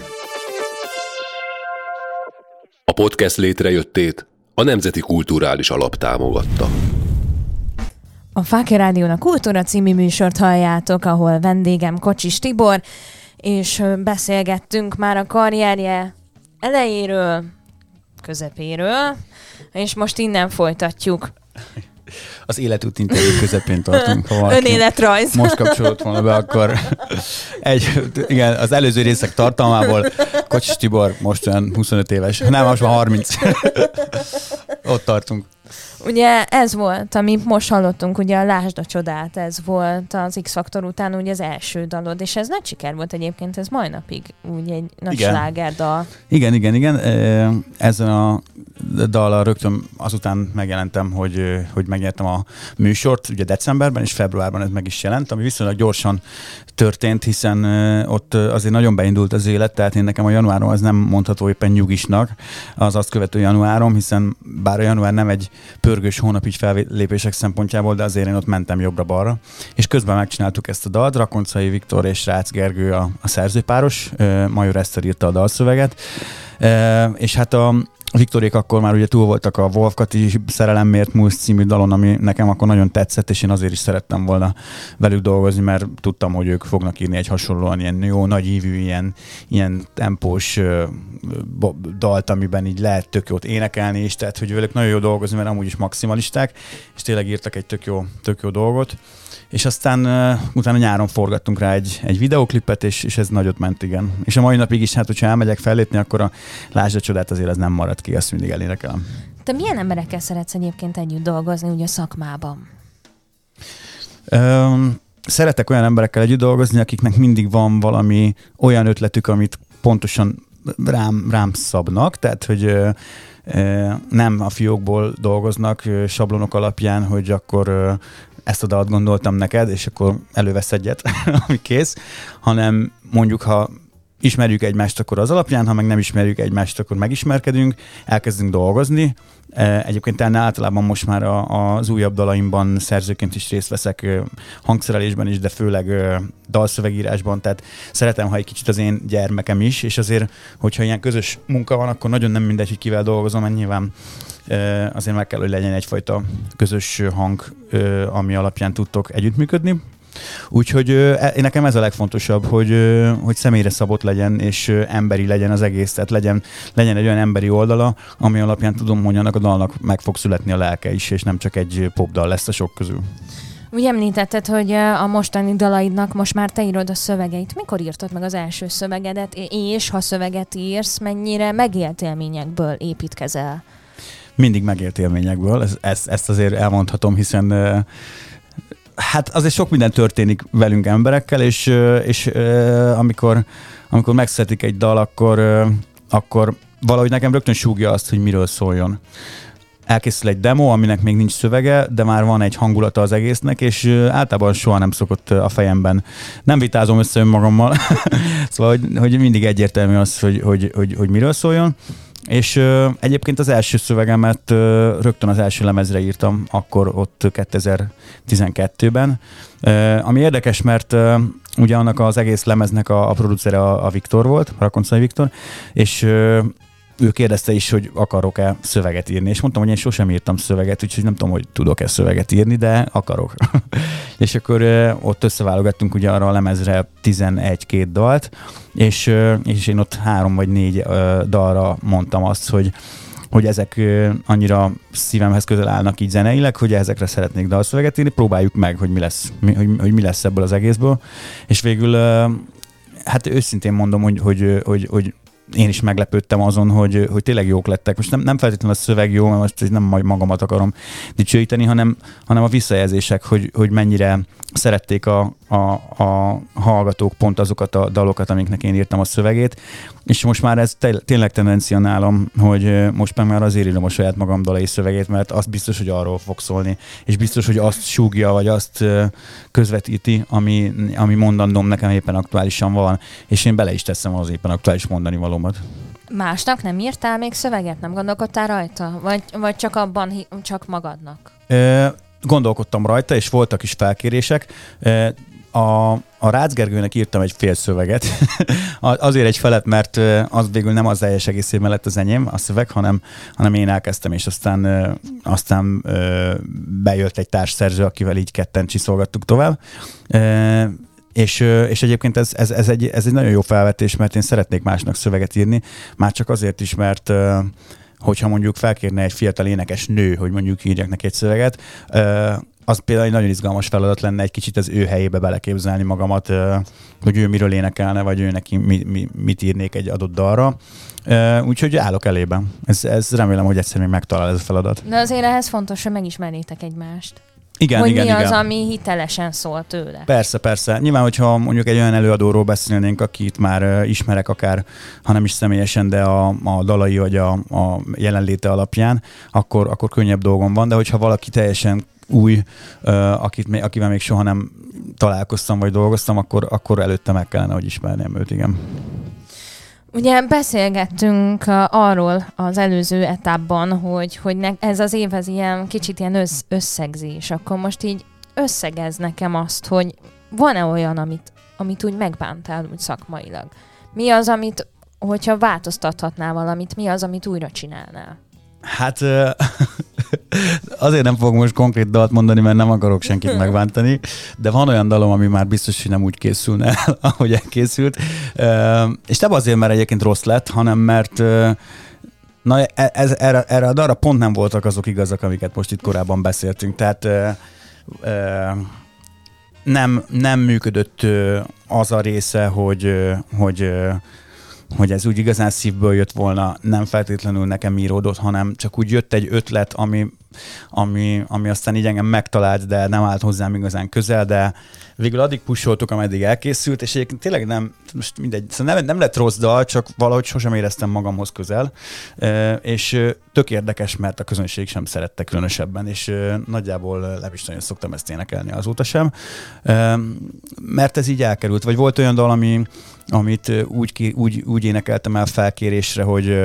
A podcast létrejöttét a Nemzeti Kulturális Alap támogatta. A Fáklya Rádión a Kultúra című műsort halljátok, ahol vendégem Kocsis Tibor, és beszélgettünk már a karrierje elejéről, közepéről, és most innen folytatjuk. Az életút interjú közepén tartunk. Önéletrajz. Most kapcsolódott volna be, akkor igen, az előző részek tartalmából Kocsis Tibor most olyan 25 éves. Nem, most már 30. Ott tartunk. Ugye ez volt, amit most hallottunk, ugye a Lásd a csodát, ez volt az X-faktor után ugye az első dalod, és ez nagy siker volt egyébként, ez mai napig úgy egy nagy slágerdal. Igen. Ezen a dallal rögtön azután megjelentem, hogy megnyertem a műsort, ugye decemberben és februárban ez meg is jelent, ami viszonylag gyorsan történt, hiszen ott azért nagyon beindult az élet, tehát én nekem a januárom az nem mondható éppen nyugisnak, az azt követő januárom, hiszen bár a január nem egy pörgős hónap így fellépések szempontjából, de azért én ott mentem jobbra-balra. És közben megcsináltuk ezt a dalt, Rakoncai Viktor és Rácz Gergő a szerzőpáros, Major Eszter írta a dalszöveget, és hát a Viktorék akkor már ugye túl voltak a Wolf Kati Szerelemmért múlsz című dalon, ami nekem akkor nagyon tetszett, és én azért is szerettem volna velük dolgozni, mert tudtam, hogy ők fognak írni egy hasonlóan ilyen jó, nagyívű, ilyen tempós dalt, amiben így lehet tök jót énekelni is, tehát hogy velük nagyon jó dolgozni, mert amúgy is maximalisták, és tényleg írtak egy tök jó dolgot. És aztán utána nyáron forgattunk rá egy videóklipet, és ez nagyot ment, igen. És a mai napig is, hát hogyha elmegyek fellépni, akkor a Lásd a csodát azért az nem marad ki, azt mindig elénekelem. Te milyen emberekkel szeretsz egyébként együtt dolgozni ugye a szakmában? szeretek olyan emberekkel együtt dolgozni, akiknek mindig van valami olyan ötletük, amit pontosan rám szabnak, tehát hogy nem a fiókból dolgoznak sablonok alapján, hogy akkor ezt a dalt gondoltam neked, és akkor elővesz egyet, ami kész, hanem mondjuk, ha ismerjük egymást, akkor az alapján, ha meg nem ismerjük egymást, akkor megismerkedünk, elkezdünk dolgozni. Egyébként általában most már az újabb dalaimban szerzőként is részt veszek, hangszerelésben is, de főleg dalszövegírásban, tehát szeretem, ha egy kicsit az én gyermekem is, és azért, hogyha ilyen közös munka van, akkor nagyon nem mindegy, hogy kivel dolgozom, mert nyilván azért meg kell, hogy legyen egyfajta közös hang, ami alapján tudtok együttműködni. Úgyhogy nekem ez a legfontosabb, hogy személyre szabott legyen, és emberi legyen az egész, tehát legyen egy olyan emberi oldala, ami alapján tudom, hogy annak a dalnak meg fog születni a lelke is, és nem csak egy popdal lesz a sok közül. Úgy említetted, hogy a mostani dalaidnak most már te írod a szövegeit. Mikor írtad meg az első szövegedet, és ha szöveget írsz, mennyire megélt élményekből építkezel? Mindig megélt élményekből, ezt azért elmondhatom, hiszen hát azért sok minden történik velünk emberekkel, és amikor megszületik egy dal, akkor valahogy nekem rögtön súgja azt, hogy miről szóljon. Elkészül egy demo, aminek még nincs szövege, de már van egy hangulata az egésznek, és általában soha nem szokott a fejemben. Nem vitázom össze önmagammal, szóval hogy mindig egyértelmű az, hogy miről szóljon. És egyébként az első szövegemet rögtön az első lemezre írtam, akkor ott 2012-ben. Ami érdekes, mert ugye annak az egész lemeznek a producere a Viktor volt, Rakoncai Viktor, és ő kérdezte is, hogy akarok-e szöveget írni, és mondtam, hogy én sosem írtam szöveget, úgyhogy nem tudom, hogy tudok-e szöveget írni, de akarok. És akkor ott összeválogattunk ugye arra a lemezre 11-2 dalt, és én ott 3 vagy 4 dalra mondtam azt, hogy ezek annyira szívemhez közel állnak így zeneileg, hogy ezekre szeretnék dalszöveget írni, próbáljuk meg, hogy mi lesz ebből az egészből. És végül, hát őszintén mondom, hogy én is meglepődtem azon, hogy tényleg jók lettek. Most nem feltétlenül a szöveg jó, mert most nem majd magamat akarom dicsőíteni, hanem a visszajelzések, hogy mennyire szerették a hallgatók pont azokat a dalokat, amiknek én írtam a szövegét, és most már ez tényleg tendencia nálam, hogy most már azért írom a saját magam dalai szövegét, mert az biztos, hogy arról fog szólni, és biztos, hogy azt súgja, vagy azt közvetíti, ami mondandóm nekem éppen aktuálisan van, és én bele is teszem az éppen aktuális mondani valómat. Másnak nem írtál még szöveget? Nem gondolkodtál rajta? Vagy csak magadnak? Gondolkodtam rajta, és voltak is felkérések. A Rácz Gergőnek írtam egy fél szöveget. Azért egy felet, mert az végül nem az teljes egészében lett az enyém, a szöveg, hanem én elkezdtem, és aztán bejött egy társszerző, akivel így ketten csiszolgattuk tovább. És egyébként ez egy nagyon jó felvetés, mert én szeretnék másnak szöveget írni, már csak azért is, mert hogyha mondjuk felkérne egy fiatal énekes nő, hogy mondjuk írjak neki egy szöveget, az például egy nagyon izgalmas feladat lenne egy kicsit az ő helyébe beleképzelni magamat, hogy ő miről énekelne, vagy ő neki mit írnék egy adott dalra. Úgyhogy állok elébe. Ez remélem, hogy egyszer még megtalál ez a feladat. De azért ehhez fontos, hogy megismerjétek egymást. Igen, hogy mi az, ami hitelesen szól tőle. Persze. Nyilván, hogyha mondjuk egy olyan előadóról beszélnénk, akit már ismerek akár, ha nem is személyesen, de a dalai vagy a jelenléte alapján, akkor könnyebb dolgom van, de hogyha valaki teljesen új, akivel még soha nem találkoztam vagy dolgoztam, akkor előtte meg kellene, hogy ismernem őt, igen. Ugye beszélgettünk arról az előző etapban, hogy ez az év ez ilyen kicsit ilyen összegzés. Akkor most így összegez nekem azt, hogy van-e olyan, amit úgy megbántál úgy szakmailag? Mi az, hogyha változtathatnál valamit, mi az, amit újra csinálnál? Hát azért nem fogok most konkrét dalt mondani, mert nem akarok senkit megbántani, de van olyan dalom, ami már biztos, hogy nem úgy készülne el, ahogy elkészült. És nem azért, mert egyébként rossz lett, hanem mert erre a dalra pont nem voltak azok igazak, amiket most itt korábban beszéltünk. Tehát nem működött az a része, hogy ez úgy igazán szívből jött volna, nem feltétlenül nekem íródott, hanem csak úgy jött egy ötlet, ami aztán így engem megtalált, de nem állt hozzám igazán közel, de végül addig pusoltuk, ameddig elkészült, és egyébként tényleg most mindegy, szóval nem lett rossz dal, csak valahogy sosem éreztem magamhoz közel, és tök érdekes, mert a közönség sem szerette különösebben, és nagyjából nem is nagyon szoktam ezt énekelni azóta sem, mert ez így elkerült, vagy volt olyan dal, amit úgy énekeltem el felkérésre, hogy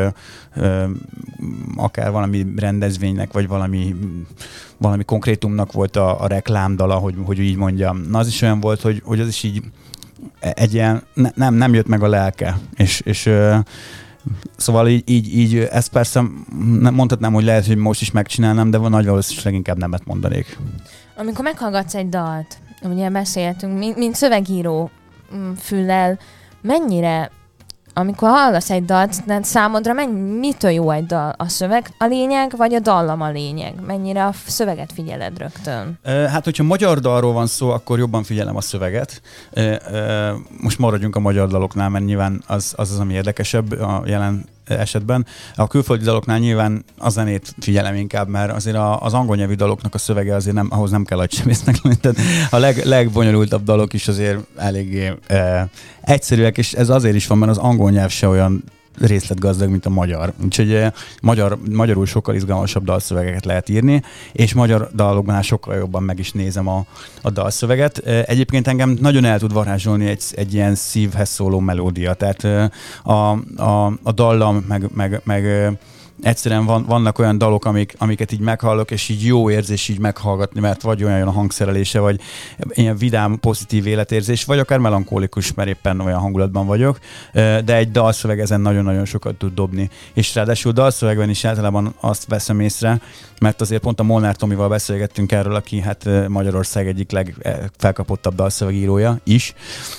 akár valami rendezvénynek, vagy valami konkrétumnak volt a reklámdala, hogy így mondjam. Na az is olyan volt, hogy az is így egy ilyen, nem jött meg a lelke, és szóval így ezt persze mondhatnám, hogy lehet, hogy most is megcsinálnám, de nagy valószínűleg inkább nemet mondanék. Amikor meghallgatsz egy dalt, ugye beszéltünk, mint szövegíró füllel, mennyire, amikor hallasz egy dalt, számodra mitől jó egy dal? A szöveg a lényeg, vagy a dallam a lényeg? Mennyire a szöveget figyeled rögtön? Hát, hogyha magyar dalról van szó, akkor jobban figyelem a szöveget. Most maradjunk a magyar daloknál, mert nyilván az ami érdekesebb a jelen esetben. A külföldi daloknál nyilván a zenét figyelem inkább, mert azért az angol nyelvű daloknak a szövege azért ahhoz nem kell agysebésznek lenni. Tehát a legbonyolultabb dalok is azért eléggé egyszerűek, és ez azért is van, mert az angol nyelv se olyan részletgazdag, mint a magyar. Úgyhogy magyarul sokkal izgalmasabb dalszövegeket lehet írni, és magyar dalokban sokkal jobban meg is nézem a dalszöveget. Egyébként engem nagyon el tud varázsolni egy ilyen szívhez szóló melódia. Tehát a dallam, meg egyszerűen vannak olyan dalok, amiket így meghallok, és így jó érzés így meghallgatni, mert vagy olyan a hangszerelése, vagy ilyen vidám, pozitív életérzés, vagy akár melankolikus, mert éppen olyan hangulatban vagyok, de egy dalszöveg ezen nagyon-nagyon sokat tud dobni. És ráadásul dalszövegben is általában azt veszem észre, mert azért pont a Molnár Tomival beszélgettünk erről, aki hát Magyarország egyik legfelkapottabb dalszövegírója is,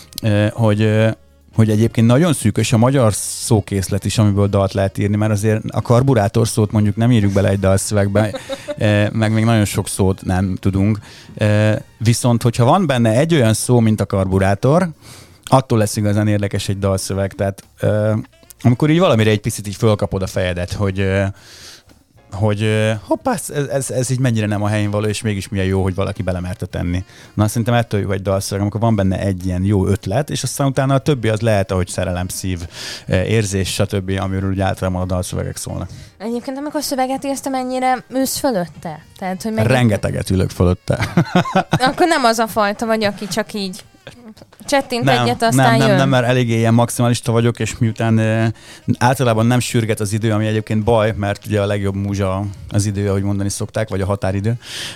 hogy egyébként nagyon szűkös a magyar szókészlet is, amiből dalt lehet írni, mert azért a karburátor szót mondjuk nem írjuk bele egy dalszövegbe, meg még nagyon sok szót nem tudunk. Viszont, hogyha van benne egy olyan szó, mint a karburátor, attól lesz igazán érdekes egy dalszöveg. Tehát amikor így valamire egy picit így fölkapod a fejedet, hogy hoppá, ez így mennyire nem a helyén való, és mégis milyen jó, hogy valaki belemerte tenni. Na, szerintem ettől jó egy dalszöveg, amikor van benne egy ilyen jó ötlet, és aztán utána a többi az lehet, ahogy szerelem, szív, érzés, stb., amiről úgy általában a dalszövegek szólnak. Egyébként, amikor szöveget írsz, te mennyire ülsz fölötte? Tehát, hogy rengeteget ülök fölötte. Akkor nem az a fajta vagy, aki csak így csettint egyet, aztán jön. Nem, mert eléggé ilyen maximalista vagyok, és miután általában nem sürget az idő, ami egyébként baj, mert ugye a legjobb múzsa az idő, ahogy mondani szokták, vagy a határidő.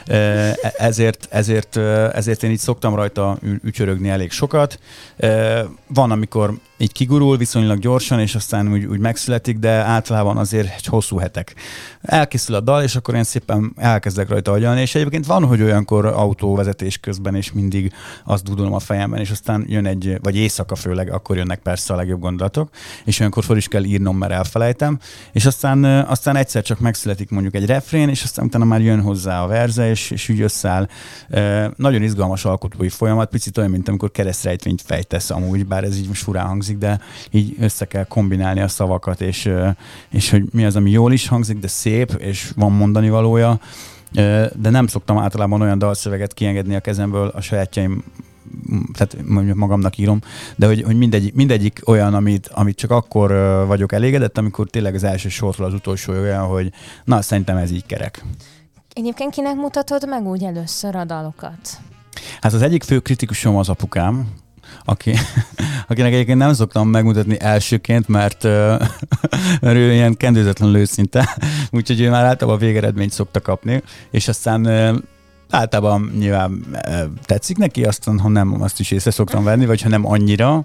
Ezért én így szoktam rajta ücsörögni elég sokat. Van, amikor így kigurul viszonylag gyorsan, és aztán úgy megszületik, de általában azért hosszú hetek. Elkészül a dal, és akkor én szépen elkezdek rajta agyalni, és egyébként van, hogy olyankor autóvezetés közben, és mindig azt dudolom a fejemben, és aztán jön vagy éjszaka főleg, akkor jönnek persze a legjobb gondolatok, és olyankor fel is kell írnom, mert elfelejtem, és aztán egyszer csak megszületik mondjuk egy refrén, és aztán utána már jön hozzá a verze, és úgy összeáll. Nagyon izgalmas alkotói folyamat, picit olyan, mint amikor keresztrejtvényt fejtesz amúgy, bár ez így most furán hangzik, de így össze kell kombinálni a szavakat, és hogy mi az, ami jól is hangzik, de szép, és van mondani valója, de nem szoktam általában olyan dalszöveget kiengedni a kezemből, a sajátjaim, tehát mondjuk magamnak írom, de hogy mindegyik olyan, amit csak akkor vagyok elégedett, amikor tényleg az első sortól az utolsó olyan, hogy na, szerintem ez így kerek. Egyébként kinek mutatod meg úgy először a dalokat? Hát az egyik fő kritikusom az apukám, akinek egyébként nem szoktam megmutatni elsőként, mert ő ilyen kendőzetlenül őszinte, úgyhogy ő már általában végeredményt szokta kapni, és aztán általában nyilván tetszik neki, aztán ha nem, azt is észre szoktam venni, vagy ha nem annyira,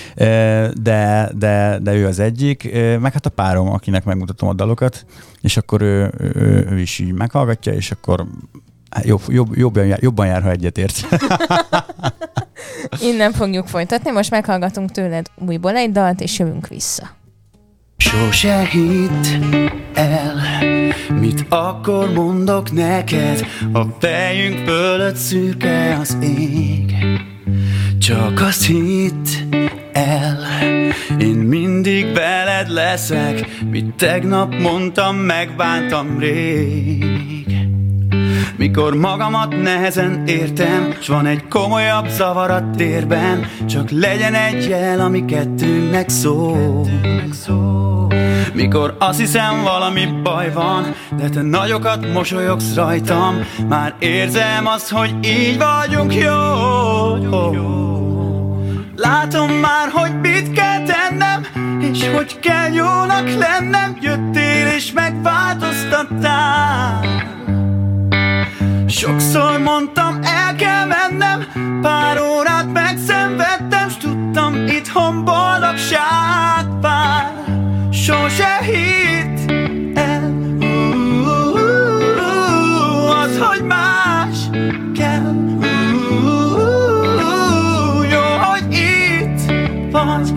de ő az egyik, meg hát a párom, akinek megmutatom a dalokat, és akkor ő is így meghallgatja, és akkor jobban jár, ha egyetért. Innen fogjuk folytatni, most meghallgatunk tőled újból egy dalt, és jövünk vissza. Sose hidd el, mit akkor mondok neked, a fejünk fölött szürke az ég. Csak azt hidd el, én mindig veled leszek, mit tegnap mondtam, megbántam rég. Mikor magamat nehezen értem, s van egy komolyabb zavar a térben, csak legyen egy jel, ami kettőnknek szól. Mikor azt hiszem, valami baj van, de te nagyokat mosolyogsz rajtam, már érzem azt, hogy így vagyunk jó. Látom már, hogy mit kell tennem, és hogy kell jónak lennem. Jöttél és megváltoztattál. Sokszor mondtam, el kell mennem, pár órát megszenvedtem, s tudtam, itthon boldogság vár. Sose hitt el az, hogy más kell. Jó, hogy itt vagy.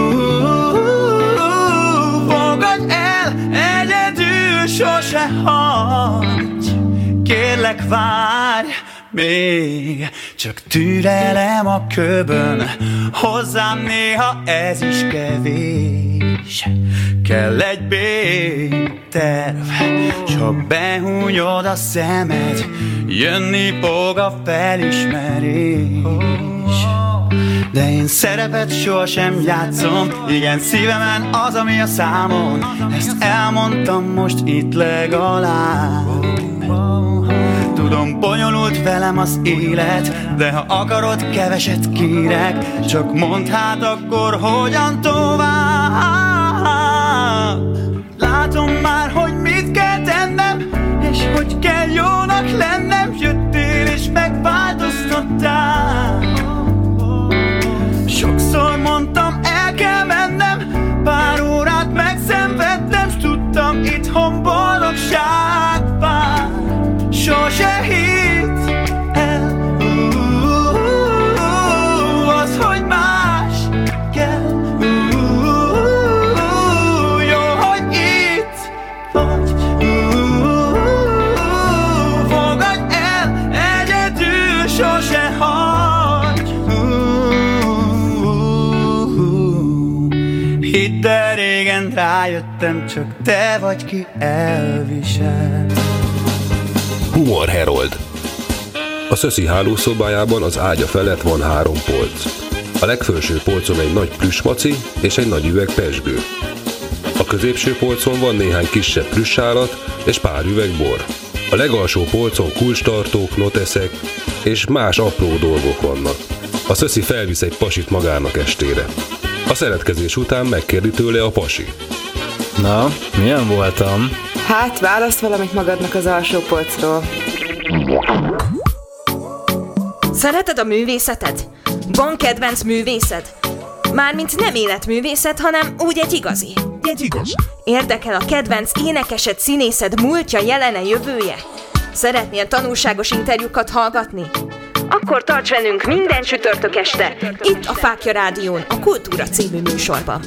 Fogadj el, egyedül sose hagyj. Kérlek, várj még, csak türelem a köbön, hozzám néha ez is kevés. Kell egy B-terv, s ha behúnyod a szemed, jönni fog a felismerés. De én szerepet sohasem játszom, igen, szívemen az, ami a számon. Ezt elmondtam most itt legalább. Tudom, bonyolult velem az élet, de ha akarod, keveset kérek. Csak mondd hát akkor, hogyan tovább. Látom már, hogy mit kell tennem, és hogy kell jónak lennem. Jöttél és megváltoztattál. Sokszor mondtam, el kell mennem, pár órát megszenvedtem, s tudtam, itthon boldogság vár. Sose hitt el az, hogy más kell. Jó, hogy itt vagy. Fogadj el, egyedül sose hagyj. Hidd el, régen rájöttem, csak te vagy, ki elvisel. Humor Herold. A Szöszi hálószobájában az ágya felett van 3 polc. A legfelső polcon egy nagy plüssmaci és egy nagy üveg pezsgő. A középső polcon van néhány kisebb plüssállat és pár üveg bor. A legalsó polcon kulcstartók, noteszek és más apró dolgok vannak. A Szöszi felvisz egy pasit magának estére. A szeretkezés után megkérdi tőle a pasi. Na, milyen voltam? Hát, választ valamit magadnak az alsó polcról. Szereted a művészetet? Van kedvenc művészed? Mármint nem életművészet, hanem úgy egy igazi. Érdekel a kedvenc énekesed, színészed múltja, jelene, jövője? Szeretnél tanulságos interjúkat hallgatni? Akkor tarts velünk minden csütörtök este, itt a Fáklya Rádión, a Kultúra című műsorban.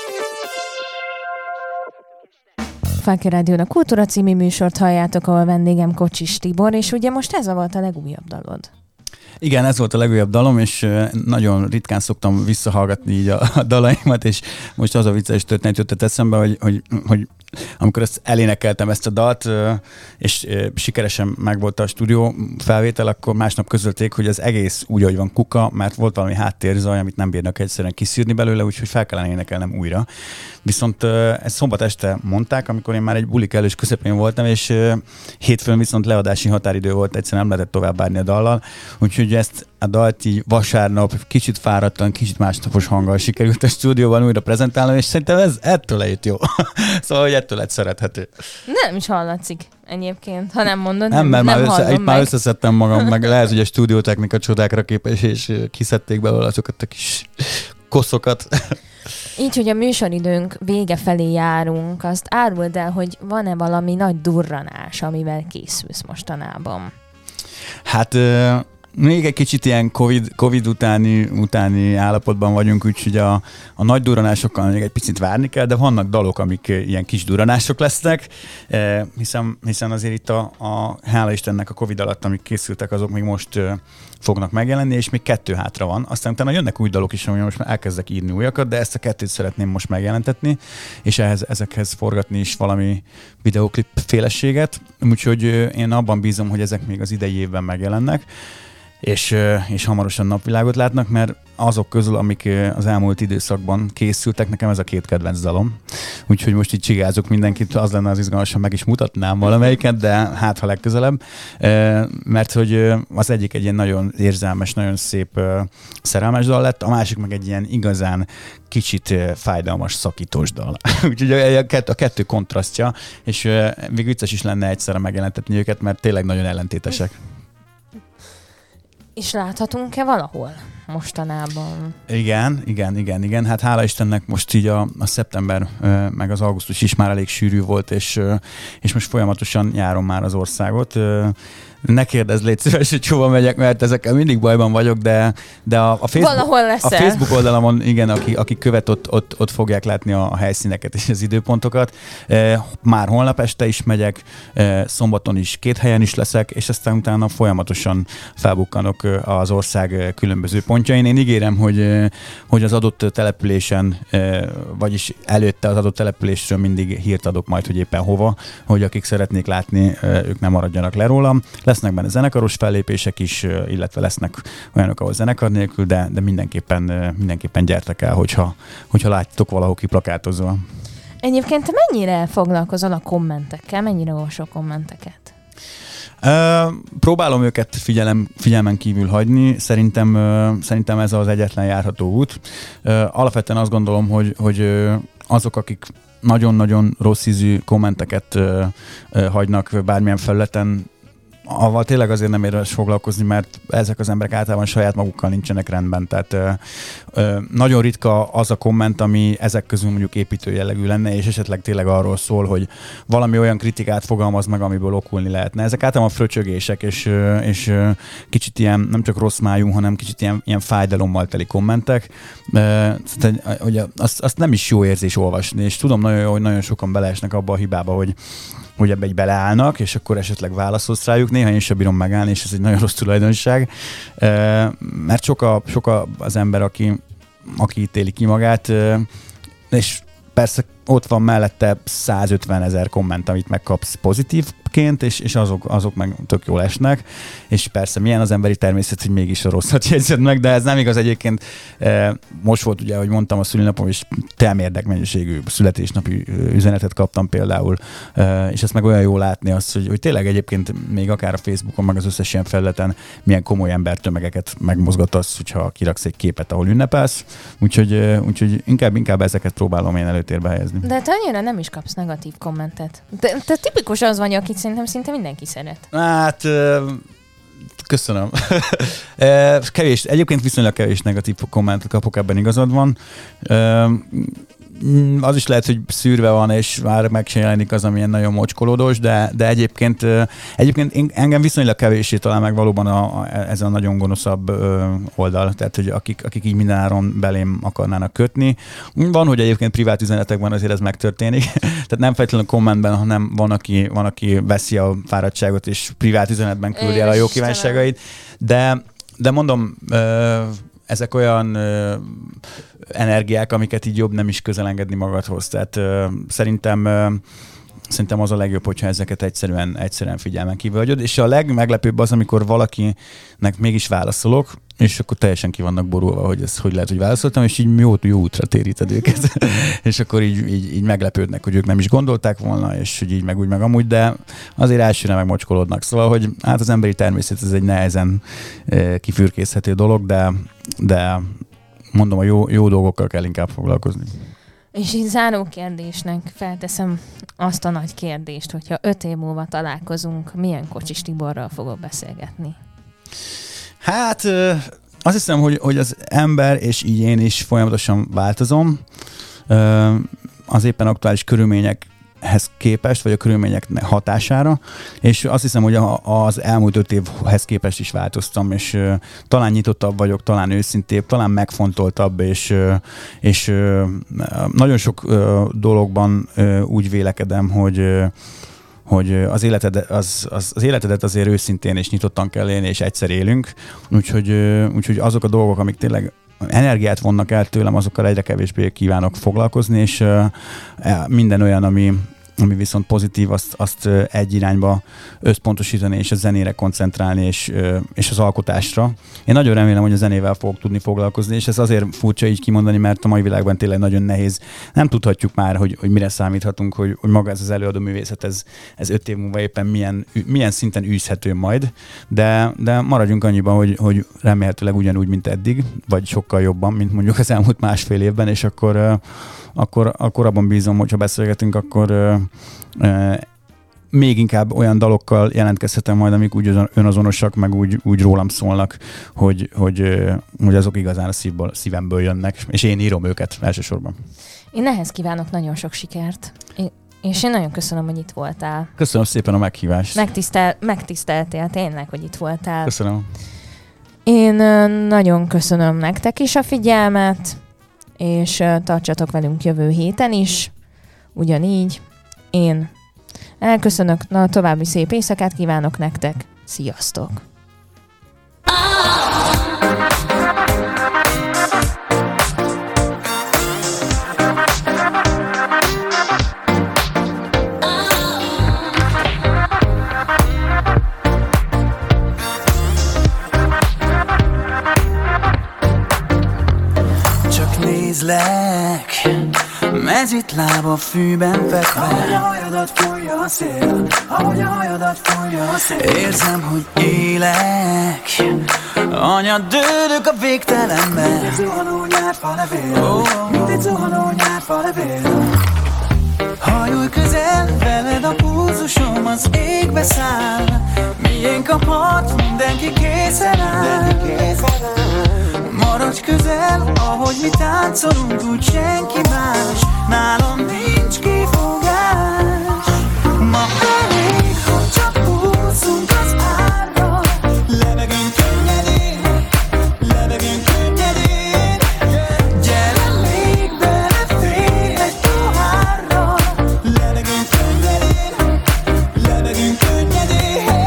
Fáklya Rádión a Kultúra című műsort halljátok, ahol vendégem Kocsis Tibor, és ugye most ez volt a legújabb dalod. Igen, ez volt a legújabb dalom, és nagyon ritkán szoktam visszahallgatni így a dalaimat, és most az a vicces történet jutott eszembe, hogy amikor elénekeltem ezt a dalt, és sikeresen megvolt a stúdió felvétel, akkor másnap közölték, hogy az egész úgy, ahogy van kuka, mert volt valami háttérzaj, amit nem bírnak egyszerűen kiszűrni belőle, úgyhogy fel kellene énekelnem újra. Viszont ezt szombat este mondták, amikor én már egy bulik elős közepén voltam, és hétfőn viszont leadási határidő volt, egyszerűen nem lehetett tovább várni a dallal, úgyhogy ezt a dalt így vasárnap kicsit fáradtan, kicsit másnapos hanggal sikerült a stúdióban újra prezentálnom, és szerintem ez ettől lett jó. Szóval, hogy ettől lett szerethető. Nem is hallatszik egyébként, ha nem mondod. Nem, mert itt már összeszedtem magam, meg lehet, hogy a stúdiótechnika csodákra képes, és kiszedték belőle azokat a kis koszokat. Így, hogy a műsoridőnk vége felé járunk, azt áruld el, hogy van-e valami nagy durranás, amivel készülsz mostanában? Hát Még egy kicsit ilyen COVID utáni állapotban vagyunk, úgyhogy a nagy durranásokkal még egy picit várni kell, de vannak dalok, amik ilyen kis durranások lesznek, hiszen azért itt hála Istennek a COVID alatt, amik készültek, azok még most fognak megjelenni, és még 2 hátra van. Aztán utána jönnek új dalok is, amire most már elkezdek írni újakat, de ezt a 2-t szeretném most megjelentetni, és ezekhez forgatni is valami videóklip féleséget. Úgyhogy én abban bízom, hogy ezek még az idei évben megjelennek, és hamarosan napvilágot látnak, mert azok közül, amik az elmúlt időszakban készültek, nekem ez a 2 kedvenc dalom. Úgyhogy most így csigázok mindenkit, az lenne az izgalmasan, meg is mutatnám valamelyiket, de hát ha legközelebb. Mert hogy az egyik egy ilyen nagyon érzelmes, nagyon szép szerelmes dal lett, a másik meg egy ilyen igazán kicsit fájdalmas, szakítós dal. Úgyhogy a 2 kontrasztja, és még vicces is lenne egyszerre megjelentetni őket, mert tényleg nagyon ellentétesek. És láthatunk-e valahol mostanában? Igen. Hát hála Istennek most így a szeptember meg az augusztus is már elég sűrű volt, és most folyamatosan járom már az országot. Ne kérdezz, légy szíves, hogy hova megyek, mert ezekkel mindig bajban vagyok, de a Facebook oldalamon, igen, aki követ, ott fogják látni a helyszíneket és az időpontokat. Már holnap este is megyek, szombaton is 2 helyen is leszek, és aztán utána folyamatosan felbukkanok az ország különböző pontjain. Én ígérem, hogy az adott településen, vagyis előtte az adott településről mindig hírt adok majd, hogy éppen hova, hogy akik szeretnék látni, ők nem maradjanak le rólam. Lesznek benne zenekaros fellépések is, illetve lesznek olyanok, ahol zenekar nélkül, de mindenképpen gyertek el, hogyha látjátok valahol kiplakátozva. Egyébként te mennyire foglalkozol a kommentekkel? Mennyire olvasol kommenteket? Próbálom őket figyelmen kívül hagyni. Szerintem ez az egyetlen járható út. Alapvetően azt gondolom, hogy azok, akik nagyon-nagyon rossz ízű kommenteket hagynak bármilyen felületen, avval tényleg azért nem érdemes foglalkozni, mert ezek az emberek általában saját magukkal nincsenek rendben. Tehát nagyon ritka az a komment, ami ezek közül mondjuk építő jellegű lenne, és esetleg tényleg arról szól, hogy valami olyan kritikát fogalmaz meg, amiből okulni lehetne. Ezek általában fröcsögések, és kicsit ilyen nem csak rossz májú, hanem kicsit ilyen fájdalommal teli kommentek. Hogy azt nem is jó érzés olvasni, és tudom nagyon jó, hogy nagyon sokan beleesnek abba a hibába, hogy ebbe egy beleállnak, és akkor esetleg válaszolsz rájuk. Néha én sem bírom megállni, és ez egy nagyon rossz tulajdonság. Mert sok az ember, aki ítéli ki magát, és persze ott van mellette 150 000 komment, amit megkapsz pozitívként, és azok meg tök jól esnek, és persze milyen az emberi természet, hogy mégis a rosszat jegyzed meg, de ez nem igaz egyébként. Most volt ugye, ahogy mondtam, a szülinapom, és telmérdek mennyiségű születésnapi üzenetet kaptam például, és ezt meg olyan jó látni azt, hogy tényleg egyébként még akár a Facebookon, meg az összes ilyen felületen milyen komoly embertömegeket megmozgatasz, hogyha kiraksz egy képet, ahol ünnepelsz, úgyhogy inkább ezeket próbálom én előtérbe helyezni. De te annyira nem is kapsz negatív kommentet. Te tipikus az vagy, akit szerintem szinte mindenki szeret. Hát, köszönöm. Kevés, egyébként viszonylag kevés negatív kommentet kapok, ebben igazad van. Az is lehet, hogy szűrve van, és már meg sem jelenik az, amilyen nagyon mocskolódós, de egyébként engem viszonylag kevéssé talál meg valóban ez a nagyon gonoszabb oldal, tehát hogy akik így mindenáron belém akarnának kötni. Van, hogy egyébként privát üzenetekben azért ez megtörténik, tehát nem feltétlenül kommentben, hanem van, aki veszi a fáradtságot, és privát üzenetben küldi el a jó kívánságait, de mondom, ezek olyan energiák, amiket így jobb nem is közel engedni magadhoz. Tehát szerintem az a legjobb, hogyha ezeket egyszerűen figyelmen kívül hagyod. És a legmeglepőbb az, amikor valakinek mégis válaszolok, és akkor teljesen ki vannak borulva, hogy ez hogy lehet, hogy válaszoltam, és így jó útra téríted őket. És akkor így meglepődnek, hogy ők nem is gondolták volna, és hogy így meg úgy meg amúgy, de azért elsőre megmocskolódnak. Szóval, hogy hát az emberi természet, ez egy nehezen kifürkészhető dolog, de mondom, a jó dolgokkal kell inkább foglalkozni. És így záró kérdésnek felteszem azt a nagy kérdést, hogyha 5 év múlva találkozunk, milyen Kocsis Tiborral fogok beszélgetni? Hát azt hiszem, hogy az ember, és így én is folyamatosan változom. Az éppen aktuális körülmények körülményekhez képest, vagy a körülmények hatására, és azt hiszem, hogy az elmúlt 5 évhez képest is változtam, és talán nyitottabb vagyok, talán őszintébb, talán megfontoltabb, és nagyon sok dologban úgy vélekedem, hogy az életedet azért őszintén és nyitottan kell élni, és egyszer élünk, úgyhogy azok a dolgok, amik tényleg energiát vonnak el tőlem, azokkal egyre kevésbé kívánok foglalkozni, és minden olyan, ami viszont pozitív, azt egy irányba összpontosítani, és a zenére koncentrálni, és az alkotásra. Én nagyon remélem, hogy a zenével fogok tudni foglalkozni, és ez azért furcsa így kimondani, mert a mai világban tényleg nagyon nehéz. Nem tudhatjuk már, hogy mire számíthatunk, hogy maga ez az előadó művészet, ez 5 év múlva éppen milyen szinten űzhető majd, de maradjunk annyiban, hogy remélhetőleg ugyanúgy, mint eddig, vagy sokkal jobban, mint mondjuk az elmúlt 1,5 évben, és akkor abban bízom, hogyha beszélgetünk, akkor még inkább olyan dalokkal jelentkezhetem majd, amik úgy önazonosak, meg úgy rólam szólnak, hogy azok igazán a szívemből jönnek, és én írom őket elsősorban. Én ehhez kívánok nagyon sok sikert, és én nagyon köszönöm, hogy itt voltál. Köszönöm szépen a meghívást. Megtiszteltél tényleg, hogy itt voltál. Köszönöm. Én nagyon köszönöm nektek is a figyelmet, és tartsatok velünk jövő héten is, ugyanígy. Én elköszönök, további szép éjszakát kívánok nektek. Sziasztok! Nézlek, mezitláb a fűben fekve, ahogy a hajadat fújja a szél, ahogy a hajadat fújja a szél. Érzem, hogy élek, anyadődök a végtelenbe, mint egy zuhanó nyárfa levél, mint egy zuhanó nyárfa levél. Hajolj közel, veled a pulzusom az égbe száll, miénk a part, mindenki készen áll. Maradj közel, ahogy mi táncolunk, úgy senki más, nálam nincs kifogás. Ma elég, hogy csak úszunk az árral, levegünk könnyedén, levegünk könnyedén. Gyere, lépj bele, félj egy pohárral, levegünk könnyedén, levegünk könnyedén.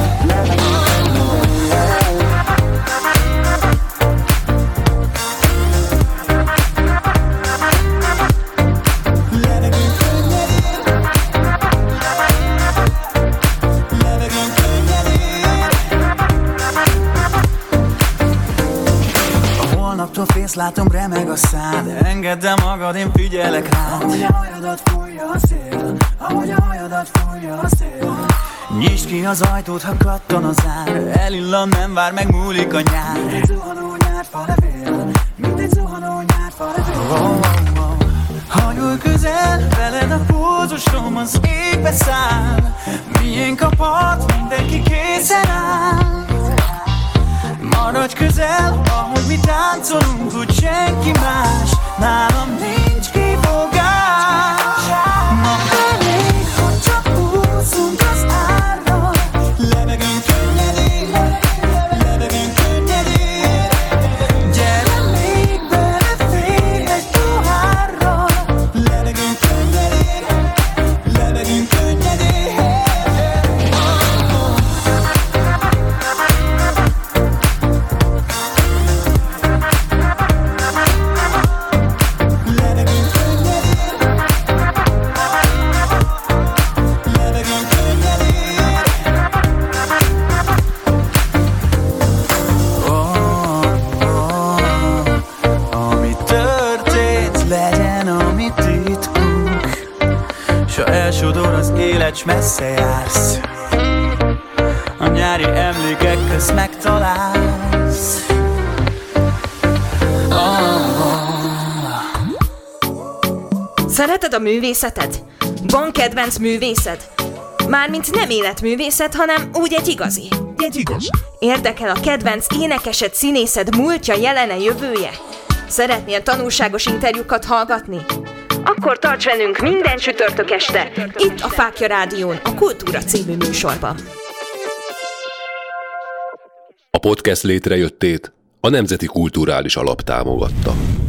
Félsz, látom, remeg a szád, engedd el magad, én figyelek rád. Ahogy a hajadat fújja a szél, ahogy a hajadat fújja a szél. Nyisd ki az ajtót, ha kattan az ár, elillan, nem vár, megmúlik a nyár. Mint egy zuhanó nyárfa levél, mint egy zuhanó nyárfa levél. Hajolj közel, veled a pulzusom az égbe száll, miénk a part, mindenki készen áll. Maradj közel, ahogy mi táncolunk, úgy senki más, nálam nincs kifogás. Ma elég, hogy csak úszunk az árral, levegünk könnyedén, levegünk könnyedén. Gyere, lépj bele, félj egy pohárral, levegünk könnyedén, levegünk könnyedén. Elsodor az élet, s messze jársz, a nyári emlékek közt megtalálsz. Szereted a művészetet? Van kedvenc művészed? Mármint nem életművészet, hanem úgy egy igazi. Érdekel a kedvenc énekesed, színészed múltja, jelene, jövője? Szeretnél tanulságos interjúkat hallgatni? Akkor tarts velünk minden csütörtök este, itt a Fáklya Rádión, a Kultúra című műsorban. A podcast létrejöttét a Nemzeti Kulturális Alap támogatta.